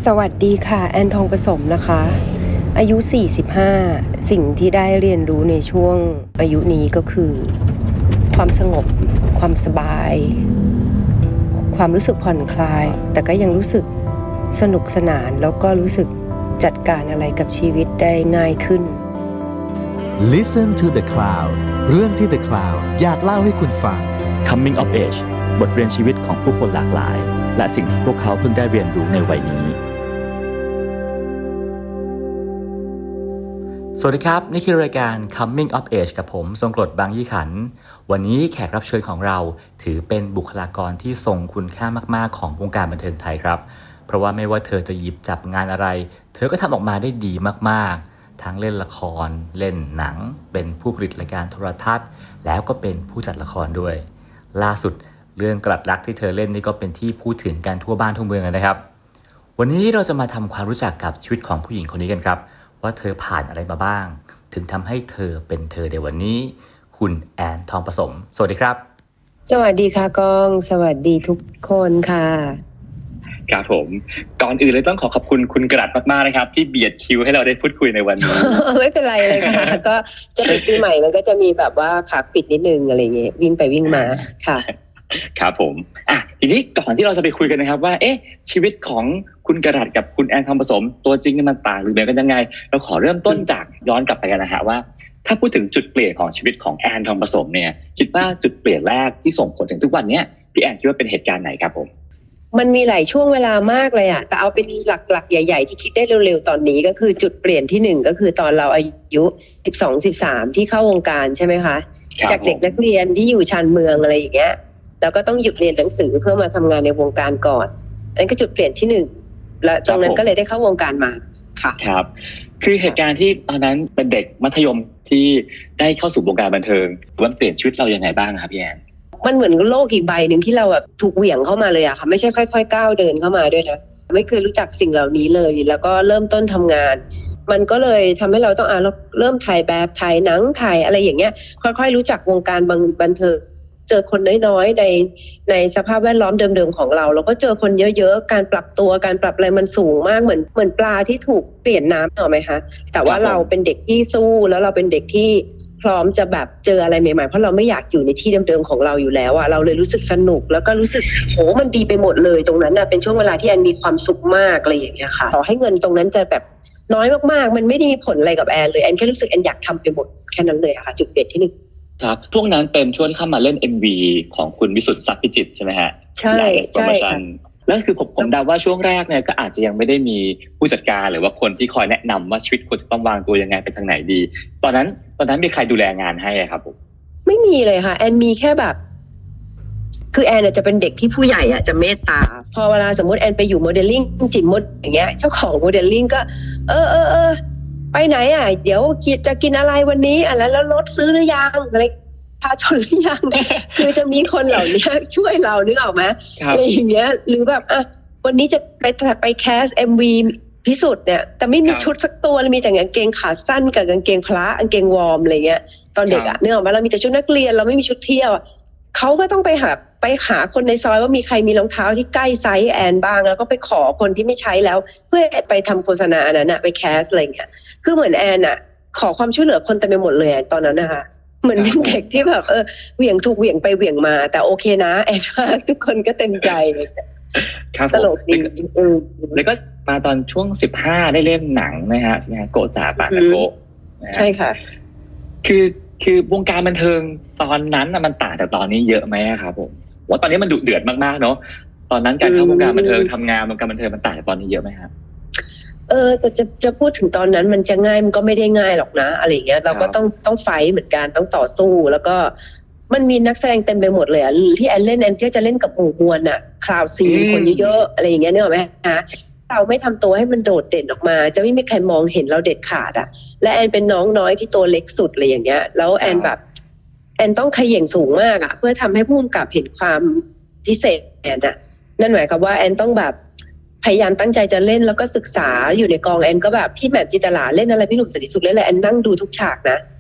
สวัสดีค่ะแอนทองผสมนะคะอายุ45สิ่งที่ได้เรียนรู้ในช่วงอายุนี้ก็คือความสงบความสบายความรู้สึกผ่อนคลายแต่ก็ยังรู้สึกสนุกสนานแล้วก็รู้สึกจัดการอะไรกับชีวิตได้ง่ายขึ้น Listen to the Cloud เรื่องที่ The Cloud อยากเล่าให้คุณฟัง Coming of Age บทเรียนชีวิตของผู้คนหลากหลายและสิ่งที่พวกเขาเพิ่งได้เรียนรู้ในวัยนี้สวัสดีครับนี่คือรายการ Coming of Age กับผมทรงกรดบางยี่ขันวันนี้แขกรับเชิญของเราถือเป็นบุคลากรที่ทรงคุณค่ามากๆของวงการบันเทิงไทยครับเพราะว่าไม่ว่าเธอจะหยิบจับงานอะไรเธอก็ทำออกมาได้ดีมากๆทั้งเล่นละครเล่นหนังเป็นผู้ผลิตรายการโทรทัศน์แล้วก็เป็นผู้จัดละครด้วยล่าสุดเรื่องกลัดรักที่เธอเล่นนี่ก็เป็นที่พูดถึงกันทั่วบ้านทั่วเมืองเลยนะครับวันนี้เราจะมาทำความรู้จักกับชีวิตของผู้หญิงคนนี้กันครับว่าเธอผ่านอะไรมาบ้างถึงทำให้เธอเป็นเธอในวันนี้คุณแอนทองผสมสวัสดีครับสวัสดีค่ะกองสวัสดีทุกคนค่ะครับผมก่อนอื่นเลยต้องขอบคุณคุณกระดมากๆนะครับที่เบียดคิวให้เราได้พูดคุยในวันนี้ไม่เป็นไรเลยค่ะ ก็จะเป็นปีใหม่มันก็จะมีแบบว่าขาปิดนิดนึงอะไรเงี้ยวิ่งไปวิ่งมาค่ะครับผมทีนี้ก่อนที่เราจะไปคุยกันนะครับว่าชีวิตของคุณกระดาษกับคุณแอนทองผสมตัวจริงมันต่างหรือเหมือนกันยังไงเราขอเริ่มต้นจากย้อนกลับไปกันนะฮะว่าถ้าพูดถึงจุดเปลี่ยนของชีวิตของแอนทองผสมเนี่ยคิดว่าจุดเปลี่ยนแรกที่ส่งผลถึงทุกวันนี้พี่แอนคิดว่าเป็นเหตุการณ์ไหนครับผมมันมีหลายช่วงเวลามากเลยอะแต่เอาเป็นหลักๆใหญ่ๆที่คิดได้เร็วๆตอนนี้ก็คือจุดเปลี่ยนที่1ก็คือตอนเราอายุ12-13ที่เข้าวงการใช่ไหมคะจากเด็กนักเรียนที่อยู่ชานเมืองอะไรอย่างเงี้ยแล้วก็ต้องหยุดเรียนหนังสือเพื่อมาทำงานในวงการก่อนนั่นก็จุดเปลี่ยนที่1และตรงนั้นก็เลยได้เข้าวงการมาค่ะครับคือเหตุการณ์ที่ตอนนั้นเป็นเด็กมัธยมที่ได้เข้าสู่วงการบันเทิงมันเปลี่ยนชีวิตเรายังไงบ้างครับพี่แอนมันเหมือนโลกอีกใบหนึ่งที่เราแบบถูกเหวี่ยงเข้ามาเลยอะค่ะไม่ใช่ค่อยๆก้าวเดินเข้ามาด้วยนะไม่เคยรู้จักสิ่งเหล่านี้เลยแล้วก็เริ่มต้นทำงานมันก็เลยทำให้เราต้องเริ่มถ่ายแบบถ่ายหนังถ่ายอะไรอย่างเงี้ยค่อยๆรู้จักวงการบันเทิงเจอคนน้อยๆในสภาพแวดล้อมเดิมๆของเราแล้วก็เจอคนเยอะๆการปรับตัวการปรับอะไรมันสูงมากเหมือนปลาที่ถูกเปลี่ยนน้ำหรอไหมคะแต่ว่าเราเป็นเด็กที่สู้แล้วเราเป็นเด็กที่พร้อมจะแบบเจออะไรใหม่ๆเพราะเราไม่อยากอยู่ในที่เดิมๆของเราอยู่แล้วอะเราเลยรู้สึกสนุกแล้วก็รู้สึกโหมันดีไปหมดเลยตรงนั้นอะเป็นช่วงเวลาที่แอนมีความสุขมากอะไรอย่างเงี้ยค่ะต่อให้เงินตรงนั้นจะแบบน้อยมากๆมันไม่ได้มีผลอะไรกับแอนเลยแอนแค่รู้สึกแอนอยากทำไปหมดแค่นั้นเลยอะค่ะจุดเปลี่ยนที่1ครับช่วงนั้นเป็นช่วงที่เข้ามาเล่น MV ของคุณวิสุทธิ์ทรัพย์พิจิตรใช่ไหมฮะใช่ใช่ค่ะแล้วคือผมเดาว่าช่วงแรกเนี่ยก็อาจจะยังไม่ได้มีผู้จัดการหรือว่าคนที่คอยแนะนำว่าชีวิตควรจะต้องวางตัวยังไงไปทางไหนดีตอนนั้นมีใครดูแลงานให้ครับผมไม่มีเลยค่ะแอนมีแค่แบบคือแอนจะเป็นเด็กที่ผู้ใหญ่จะเมตตาพอเวลาสมมติแอนไปอยู่โมเดลลิ่งจิ๋มมดอย่างเงี้ยเจ้าของโมเดลลิ่งก็ไปไหนเดี๋ยวจะกินอะไรวันนี้แล้วรถซื้อหรือยังอะไรพาชนหรือยัง คือจะมีคนเหล่านี้ช่วยเรานึกออกไหมอะไรอย่างเงี้ยหรือแบบวันนี้จะไปแคส MV พิสุทธิ์เนี่ยแต่ไม่มีชุดสักตัวเลยมีแต่กางเกงขาสั้นกับกางเกงพละกางเกงวอร์มอะไรเงี้ยตอนเด็กนึกออกไหมเรามีแต่ชุดนักเรียนเราไม่มีชุดเที่ยวเขาก็ต้องไปหาคนในซอยว่ามีใครมีรองเท้าที่ใกล้ไซส์แอนบ้างแล้วก็ไปขอคนที่ไม่ใช้แล้วเพื่อไปทำโฆษณาอันนั้นไปแคสอะไรเงี้ยคือเหมือนแอนขอความช่วยเหลือคนเต็มไปหมดเลยตอนนั้นนะคะเหมือนเป็นเด็กที่แบบเหวี่ยงถูกเหวี่ยงไปเหวี่ยงมาแต่โอเคนะแอนว่าทุกคนก็เต็มใจตลกดีแล้วก็มาตอนช่วง15ได้เล่นหนังนะฮะโกจ่าปากโกใช่ค่ะคือวงการบันเทิงตอนนั้นมันต่างจากตอนนี้เยอะไหมครับผมว่าตอนนี้มันดุเดือดมากๆเนาะตอนนั้นการเข้าวงการบันเทิงทำงานวงการบันเทิงมันต่างจากตอนนี้เยอะไหมครับแต่จะพูดถึงตอนนั้นมันจะง่ายมันก็ไม่ได้ง่ายหรอกนะอะไรเงี้ยเราก็ต้องไฟท์เหมือนกันต้องต่อสู้แล้วก็มันมีนักแสดงเต็มไปหมดเลยที่แอนเล่นแอนก็จะเล่นกับหมู่มวลคราวซีนคนเยอะๆอะไรอย่างเงี้ยนึกออกไหมคะเราไม่ทำตัวให้มันโดดเด่นออกมาจะไม่มีใครมองเห็นเราเด็ดขาดและแอนเป็นน้องน้อยที่ตัวเล็กสุดอะไรอย่างเงี้ยแล้วแอนแบบแอนต้องเขย่งสูงมากเพื่อทำให้ผู้กำกับเห็นความพิเศษนั่นหมายความว่าแอนต้องแบบพยายามตั้งใจจะเล่นแล้วก็ศึกษาอยู่ในกองแอนก็แบบพี่แหม่มจินตลาเล่นอะไรพี่หนุ่มสันติสุขเล่นอะไรแอนนั่งดูทุกฉากนะ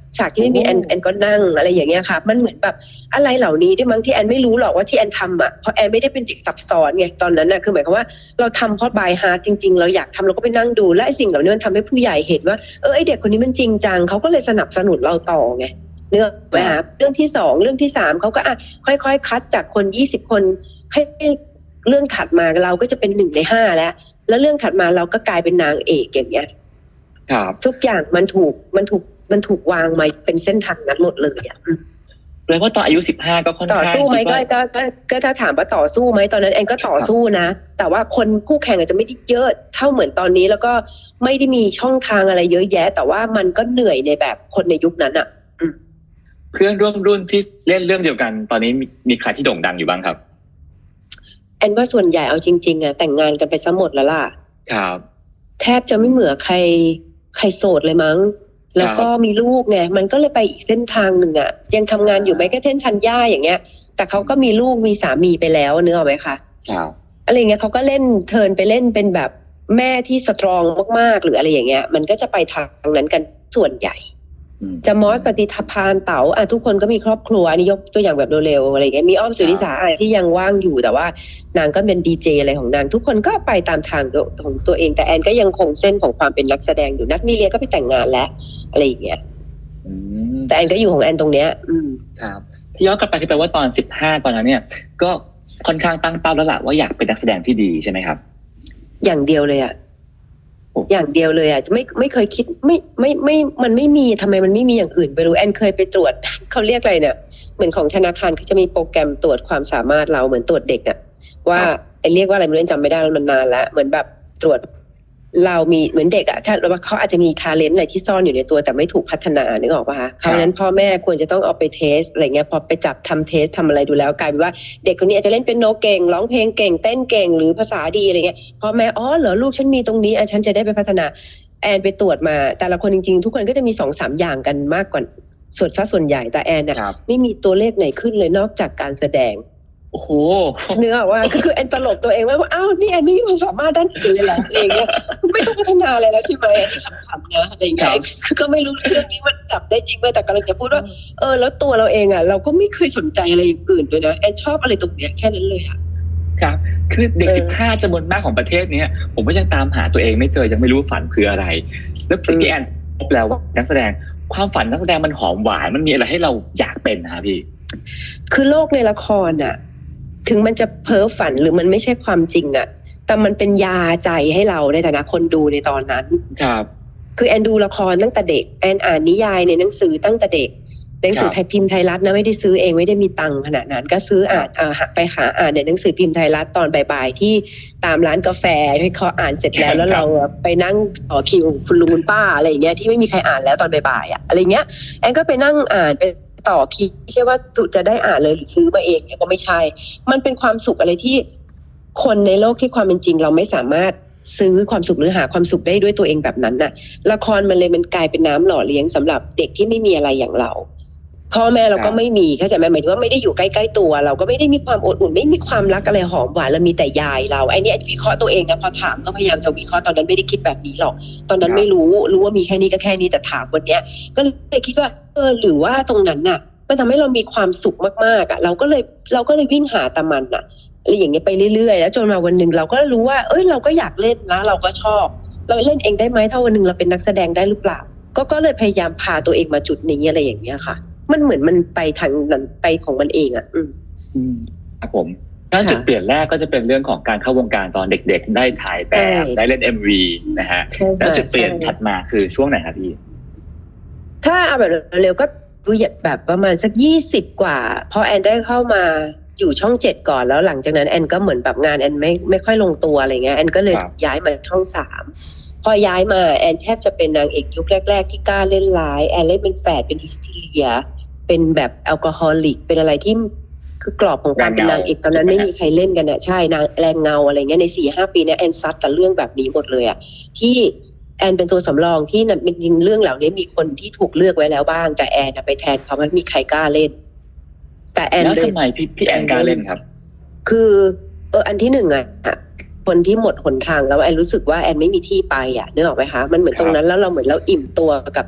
ฉากที่ไม่มีแอนก็นั่งอะไรอย่างเงี้ยค่ะมันเหมือนแบบอะไรเหล่านี้ด้วยมั้งที่แอนไม่รู้หรอกว่าที่แอนทำอ่ะเพราะแอนไม่ได้เป็นเด็กซับซ้อนไงตอนนั้นน่ะคือหมายความว่าเราทำเพราะบายฮาร์ทจริงๆเราอยากทำเราก็ไปนั่งดูและไอ้สิ่งเหล่านี้มันทำให้ผู้ใหญ่เห็นว่าไอ้เด็กคนนี้มันจริงจังเขาก็เลยสนับสนุนเราต่อไงเนื้อไหมคะเรื่องที่2เรื่องที่3เขาก็ค่อยๆคัดจากคน20คนให้เรื่องถัดมาเราก็จะเป็น1ใน5แล้วเรื่องถัดมาเราก็กลายเป็นนางเอกอย่างเงี้ยครับทุกอย่างมันถูกวางมาเป็นเส้นทางนั้นหมดเลยอ่ะแปลว่าตอนอายุ15ก็ค่อนข้างต่อสู้ไหมก็ถ้าถามว่าต่อสู้ไหมตอนนั้นแอนก็ต่อสู้นะแต่ว่าคนคู่แข่งอาจจะไม่ได้เยอะเท่าเหมือนตอนนี้แล้วก็ไม่ได้มีช่องทางอะไรเยอะแยะแต่ว่ามันก็เหนื่อยในแบบคนในยุคนั้นอ่ะเพื่อนร่วมรุ่นที่เล่นเรื่องเดียวกันตอนนี้มีใครที่โด่งดังอยู่บ้างครับแอนว่าส่วนใหญ่เอาจริงๆอ่ะแต่งงานกันไปซะหมดแล้วล่ะครับแทบจะไม่เหมือใครโสดเลยมั้งแล้วก็มีลูกไงมันก็เลยไปอีกเส้นทางหนึ่งอ่ะยังทำงานอยู่ไหมก็เช่นธัญญาอย่างเงี้ยแต่เขาก็มีลูกมีสามีไปแล้วเนื้อออกไหมคะอะไรเงี้ยเขาก็เล่นเทิร์นไปเล่นเป็นแบบแม่ที่สตรองมากๆหรืออะไรอย่างเงี้ยมันก็จะไปทางนั้นกันส่วนใหญ่จะมอสปฏิภาณเต๋าทุกคนก็มีครอบครัวอันนี้ยกตัวอย่างแบบเร็วๆอะไรเงี้ยมีอ้อมสุริสาที่ยังว่างอยู่แต่ว่านางก็เป็นดีเจอะไรของนางทุกคนก็ไปตามทางของตัวเองแต่แอนก็ยังคงเส้นของความเป็นนักแสดงอยู่นัทมีเลียก็ไปแต่งงานแล้วอะไรอย่างเงี้ยแต่แอนก็อยู่ของแอนตรงเนี้ยครับที่ย้อนกลับไปที่แปลว่าตอน15ตอนนั้นเนี่ยก็ค่อนข้างตั้งเป้าแล้วล่ะว่าอยากเป็นนักแสดงที่ดีใช่ไหมครับอย่างเดียวเลยอ่ะอย่างเดียวเลยอ่ะไม่เคยคิดไม่มันไม่มีทำไมมันไม่มีอย่างอื่นไปรู้แอนเคยไปตรวจ เขาเรียกอะไรเนี่ยเหมือนของธนาคารเขาจะมีโปรแกรมตรวจความสามารถเราเหมือนตรวจเด็กอ่ะว่าเรียกว่าอะไรไม่รู้จำไม่ได้แล้วมันนานแล้วเหมือนแบบตรวจเรามีเหมือนเด็กอ่ะถ้าเขาอาจจะมีทาเลนต์อะไรที่ซ่อนอยู่ในตัวแต่ไม่ถูกพัฒนานึกออกป่ะคะเพราะฉะนั้นพ่อแม่ควรจะต้องเอาไปเทสอะไรเงี้ยพอไปจับทำเทสทำอะไรดูแล้วกลายเป็นว่าเด็กคนนี้อาจจะเล่นเป็นโนเก่งร้องเพลงเก่งเต้นเก่งหรือภาษาดีอะไรเงี้ยพ่อแม่เหรอลูกฉันมีตรงนี้ฉันจะได้ไปพัฒนาแอนไปตรวจมาแต่ละคนจริงๆทุกคนก็จะมี 2-3 อย่างกันมากกว่าส่วนใหญ่แต่แอนน่ะไม่มีตัวเลขไหนขึ้นเลยนอกจากการแสดงโอ้โหเนื้อว่าคือแอนตลกตัวเองว่าอ้าวนี่แอนไม่มีความสามารถด้านอื่นเลยเหรออะไรเงี้ยคือไม่ต้องพัฒนาอะไรแล้วใช่ไหมอันนี้ขำๆนะอะไรเงี้ยคือก็ไม่รู้เรื่องนี้มันดับได้จริงไหมแต่กำลังจะพูดว่าแล้วตัวเราเองอ่ะเราก็ไม่เคยสนใจอะไรอย่างอื่นด้วยนะแอนชอบอะไรตรงเนี้ยแค่นั้นเลยอ่ะครับคือเด็ก15จำนวนมากของประเทศนี้ผมก็ยังตามหาตัวเองไม่เจอยังไม่รู้ฝันคืออะไรแล้วพี่แอนพบแล้วว่านักแสดงความฝันนักแสดงมันหอมหวานมันมีอะไรให้เราอยากเป็นนะพี่คือโลกในละครอ่ะถึงมันจะเพ้อฝันหรือมันไม่ใช่ความจริงอ่ะแต่มันเป็นยาใจให้เราในฐานะคนดูในตอนนั้นครับคือแอนดูละครตั้งแต่เด็กแอนอ่านนิยายในหนังสือตั้งแต่เด็กหนังสือไทยพิมพ์ไทยรัฐนะไม่ได้ซื้อเองไม่ได้มีตังค์ขนาดนั้นก็ซื้ออ่านไปหาอ่านในหนังสือพิมพ์ไทยรัฐตอนบ่ายๆที่ตามร้านกาแฟให้เขาอ่านเสร็จแล้วแล้วเราไปนั่งต่อคิวคุณลุงคุณป้าอะไรอย่างเงี้ยที่ไม่มีใครอ่านแล้วตอนบ่ายๆอ่ะอะไรเงี้ยแอนก็ไปนั่งอ่านไปต่อคิวไม่ใช่ว่าจะได้อ่านเลยหรือซื้อมาเองเนี่ยก็ไม่ใช่มันเป็นความสุขอะไรที่คนในโลกที่ความเป็นจริงเราไม่สามารถซื้อความสุขหรือหาความสุขได้ด้วยตัวเองแบบนั้นน่ะละครมันกลายเป็นน้ำหล่อเลี้ยงสำหรับเด็กที่ไม่มีอะไรอย่างเราพ่อแม่เราก็ไม่มีเข้าใจไหมหมายถึงว่าไม่ได้อยู่ใกล้ๆตัวเราก็ไม่ได้มีความอบอุ่นไม่มีความรักอะไรหอมหวานเรามีแต่ยายเราไอ้นี่วิเคราะห์ตัวเองนะพอถามก็พยายามจะวิเคราะห์ตอนนั้นไม่ได้คิดแบบนี้หรอกตอนนั้นไม่รู้ว่ามีแค่นี้ก็แค่นี้แต่ถามวันเนี้ยก็เลยคิดว่าหรือว่าตรงนั้นน่ะมันทำให้เรามีความสุขมากๆอ่ะเราก็เลยวิ่งหาตะมันอ่ะอะไรอย่างเงี้ยไปเรื่อยๆแล้วจนมาวันนึงเราก็รู้ว่าเราก็อยากเล่นนะเราก็ชอบเราเล่นเองได้ไหมถ้าวันนึงเราเป็นนักแสดงได้หรือเปล่าก็เลยพยายามพาตัวเองมาจุดนี้อะไรอย่างเงี้ยค่ะมันเหมือนมันไปทางนั้นไปของมันเองอ่ะครับผมแล้วจุดเปลี่ยนแรกก็จะเป็นเรื่องของการเข้าวงการตอนเด็กๆได้ถ่ายแบบได้เล่น MV นะฮะแล้วจุดเปลี่ยนถัดมาคือช่วงไหนครับพี่ถ้าเอาแบบเร็วก็ดูแบบประมาณสัก20กว่าพอแอนได้เข้ามาอยู่ช่อง7ก่อนแล้วหลังจากนั้นแอนก็เหมือนแบบงานแอนไม่ค่อยลงตัวอะไรเงี้ยแอนก็เลยย้ายมาช่อง3พอย้ายมาแอนแทบจะเป็นนางเอกยุคแรกๆที่กล้าเล่นร้ายแอนเล่นเป็นแฝดเป็นฮิสทีเรียเป็นแบบแอลกอฮอลิกเป็นอะไรที่คือกรอบของความเป็นนางเอกตอนนั้นไม่มีใครเล่นกันเนี่ยใช่นางแรงเงาอะไรเงี้ยใน 4-5 ปีเนี่ยแอนซัดแต่เรื่องแบบนี้หมดเลยอ่ะที่แอนเป็นตัวสำรองที่จริงเรื่องเหล่านี้มีคนที่ถูกเลือกไว้แล้วบ้างแต่แอนไปแทนเขาไม่มีใครกล้าเล่นแต่แอนแล้วทำไมพี่แอนกล้าเล่นครับคืออันที่1อ่ะคนที่หมดหนทางแล้วแอนรู้สึกว่าแอนไม่มีที่ไปอ่ะนึกออกไหมคะมันเหมือนตรงนั้นแล้วเราเหมือนเราอิ่มตัวกับ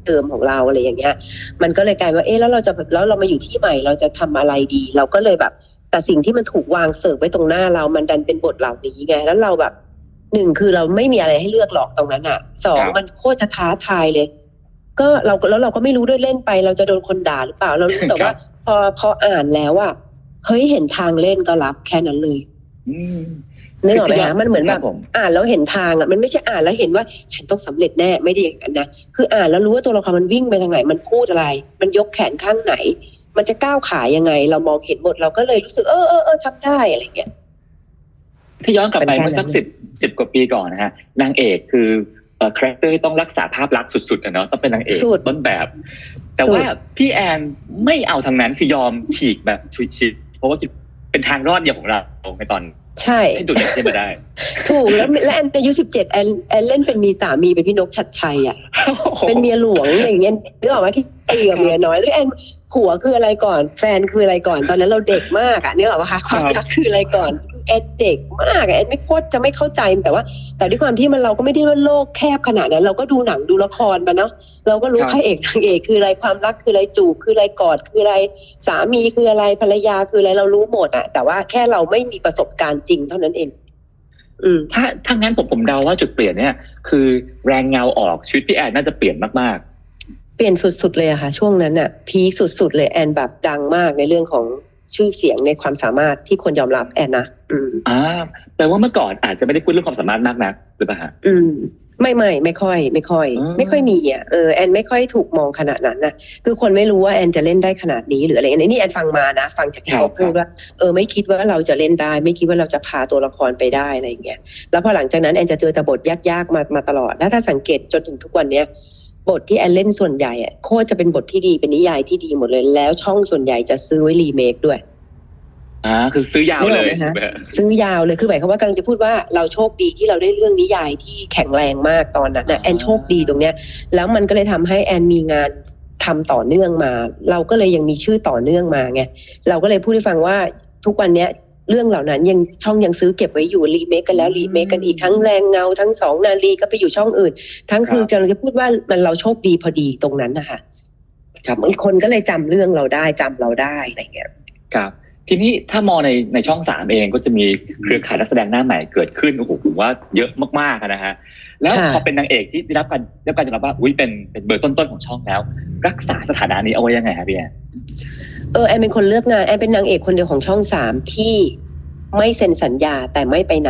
เดิมของเราอะไรอย่างเงี้ยมันก็เลยกลายว่าแล้วเรามาอยู่ที่ใหม่เราจะทำอะไรดีเราก็เลยแบบแต่สิ่งที่มันถูกวางเสิร์ฟไว้ตรงหน้าเรามันดันเป็นบทเหล่านี้ไงแล้วเราแบบหนึ่งคือเราไม่มีอะไรให้เลือกหรอกตรงนั้นอ่ะสองมันโคตรจะท้าทายเลยก็เราก็ไม่รู้ด้วยเล่นไปเราจะโดนคนด่าหรือเปล่าเรารู้แต่ว่าพออ่านแล้วอ่ะเฮ้ยเห็นทางเล่นก็รับแค่นั้นเลยนึกออกไหมฮะมันเหมือนแบบอ่านแล้วเห็นทางอ่ะมันไม่ใช่อ่านแล้วเห็นว่าฉันต้องสำเร็จแน่ไม่ได้อย่างนั้นนะคืออ่านแล้วรู้ว่าตัวละครมันวิ่งไปทางไหนมันพูดอะไรมันยกแขนข้างไหนมันจะก้าวขายังไงเรามองเห็นหมดเราก็เลยรู้สึกทำได้อะไรเงี้ยถ้าย้อนกลับไปเมื่อสักสิบกว่าปีก่อนนะฮะนางเอกคือคาแรคเตอร์ที่ต้องรักษาภาพลักษณ์สุดๆนะเนาะต้องเป็นนางเอกต้นแบบแต่ว่าพี่แอนไม่เอาทางนั้นคือยอมฉีกแบบฉีกเพราะว่าเป็นทางรอดเดียวของเราในตอนใช่ให้ดูเด็กขึ้นมาได้ถูกแล้วแอนอายุ17แอนเล่นเป็นมีสามีเป็นพี่นกชัดชัยอ่ะเป็นเมียหลวงอย่างเงี้ยนึกออกไหมที่ตีกับเมียน้อยหรือแอนผัวคืออะไรก่อนแฟนคืออะไรก่อนตอนนั้นเราเด็กมากอ่ะนึกออกไหมคะความรักคืออะไรก่อนแอนเด็กมากแอนไม่โคตรจะไม่เข้าใจแต่ด้วยความที่เราก็ไม่ได้ว่าโลกแคบขนาดนั้นเราก็ดูหนังดูละครมาเนาะเราก็รู้พระเอกนางเอกคืออะไรความรักคืออะไรจูบคืออะไรกอดคืออะไรสามีคืออะไรภรรยาคืออะไรเรารู้หมดอ่ะแต่ว่าแค่เราไม่มีประสบการณ์จริงเท่านั้นเองถ้างั้นผมเดาว่าจุดเปลี่ยนเนี่ยคือแรงเงาออกชีวิตพี่แอนน่าจะเปลี่ยนมากๆเปลี่ยนสุดๆเลยอะค่ะช่วงนั้นอะพีคสุดๆเลยแอนแบบดังมากในเรื่องของชื่อเสียงในความสามารถที่คนยอมรับแอนนะแปลว่าเมื่อก่อนอาจจะไม่ได้พูดเรื่องความสามารถมากนักหรือเปล่าฮะไม่ค่อยมีอ่ะแอนไม่ค่อยถูกมองขนาดนั้นนะคือคนไม่รู้ว่าแอนจะเล่นได้ขนาดนี้หรืออะไรนี่แอนฟังมานะฟังจากที่เขาพูดว่าไม่คิดว่าเราจะเล่นได้ไม่คิดว่าเราจะพาตัวละครไปได้อะไรอย่างเงี้ยแล้วพอหลังจากนั้นแอนจะเจอแต่บทยากๆมาตลอดแล้วถ้าสังเกตจนถึงทุกวันเนี้ยบทที่แอนเล่นส่วนใหญ่อ่ะโคตรจะเป็นบทที่ดีเป็นนิยายที่ดีหมดเลยแล้วช่องส่วนใหญ่จะซื้อไว้รีเมคด้วยคือซื้อยาวเลยซื้อยาวเลยคือหมายความว่ากำลังจะพูดว่าเราโชคดีที่เราได้เรื่องนิยายที่แข็งแรงมากตอนนั้นนะแอนโชคดีตรงเนี้ยแล้วมันก็เลยทำให้แอนมีงานทำต่อเนื่องมาเราก็เลยยังมีชื่อต่อเนื่องมาไงเราก็เลยพูดให้ฟังว่าทุกวันเนี้ยเรื่องเหล่านั้นช่องยังซื้อเก็บไว้อยู่รีเมคกันแล้วรีเมคกันอีกทั้งแรงเงาทั้ง2 นาลีก็ไปอยู่ช่องอื่นทั้งคือกำลังจะพูดว่ามันเราโชคดีพอดีตรงนั้นนะคะคนก็เลยจำเรื่องเราได้จำเราได้อะไรเงี้ยครับทีนี้ถ้ามองในช่อง3เองก็จะมีเครือข่ายนักแสดงหน้าใหม่เกิดขึ้นโอ้โหผมว่าเยอะมากๆนะฮะแล้วพอเป็นนางเอกที่ได้รับการยอมรับว่าเป็นเบอร์ต้นๆของช่องแล้วรักษาสถานะนี้เอาไว้ยังไงครับพี่แอนแอนเป็นคนเลือกงานแอนเป็นนางเอกคนเดียวของช่อง3ที่ไม่เซ็นสัญญาแต่ไม่ไปไหน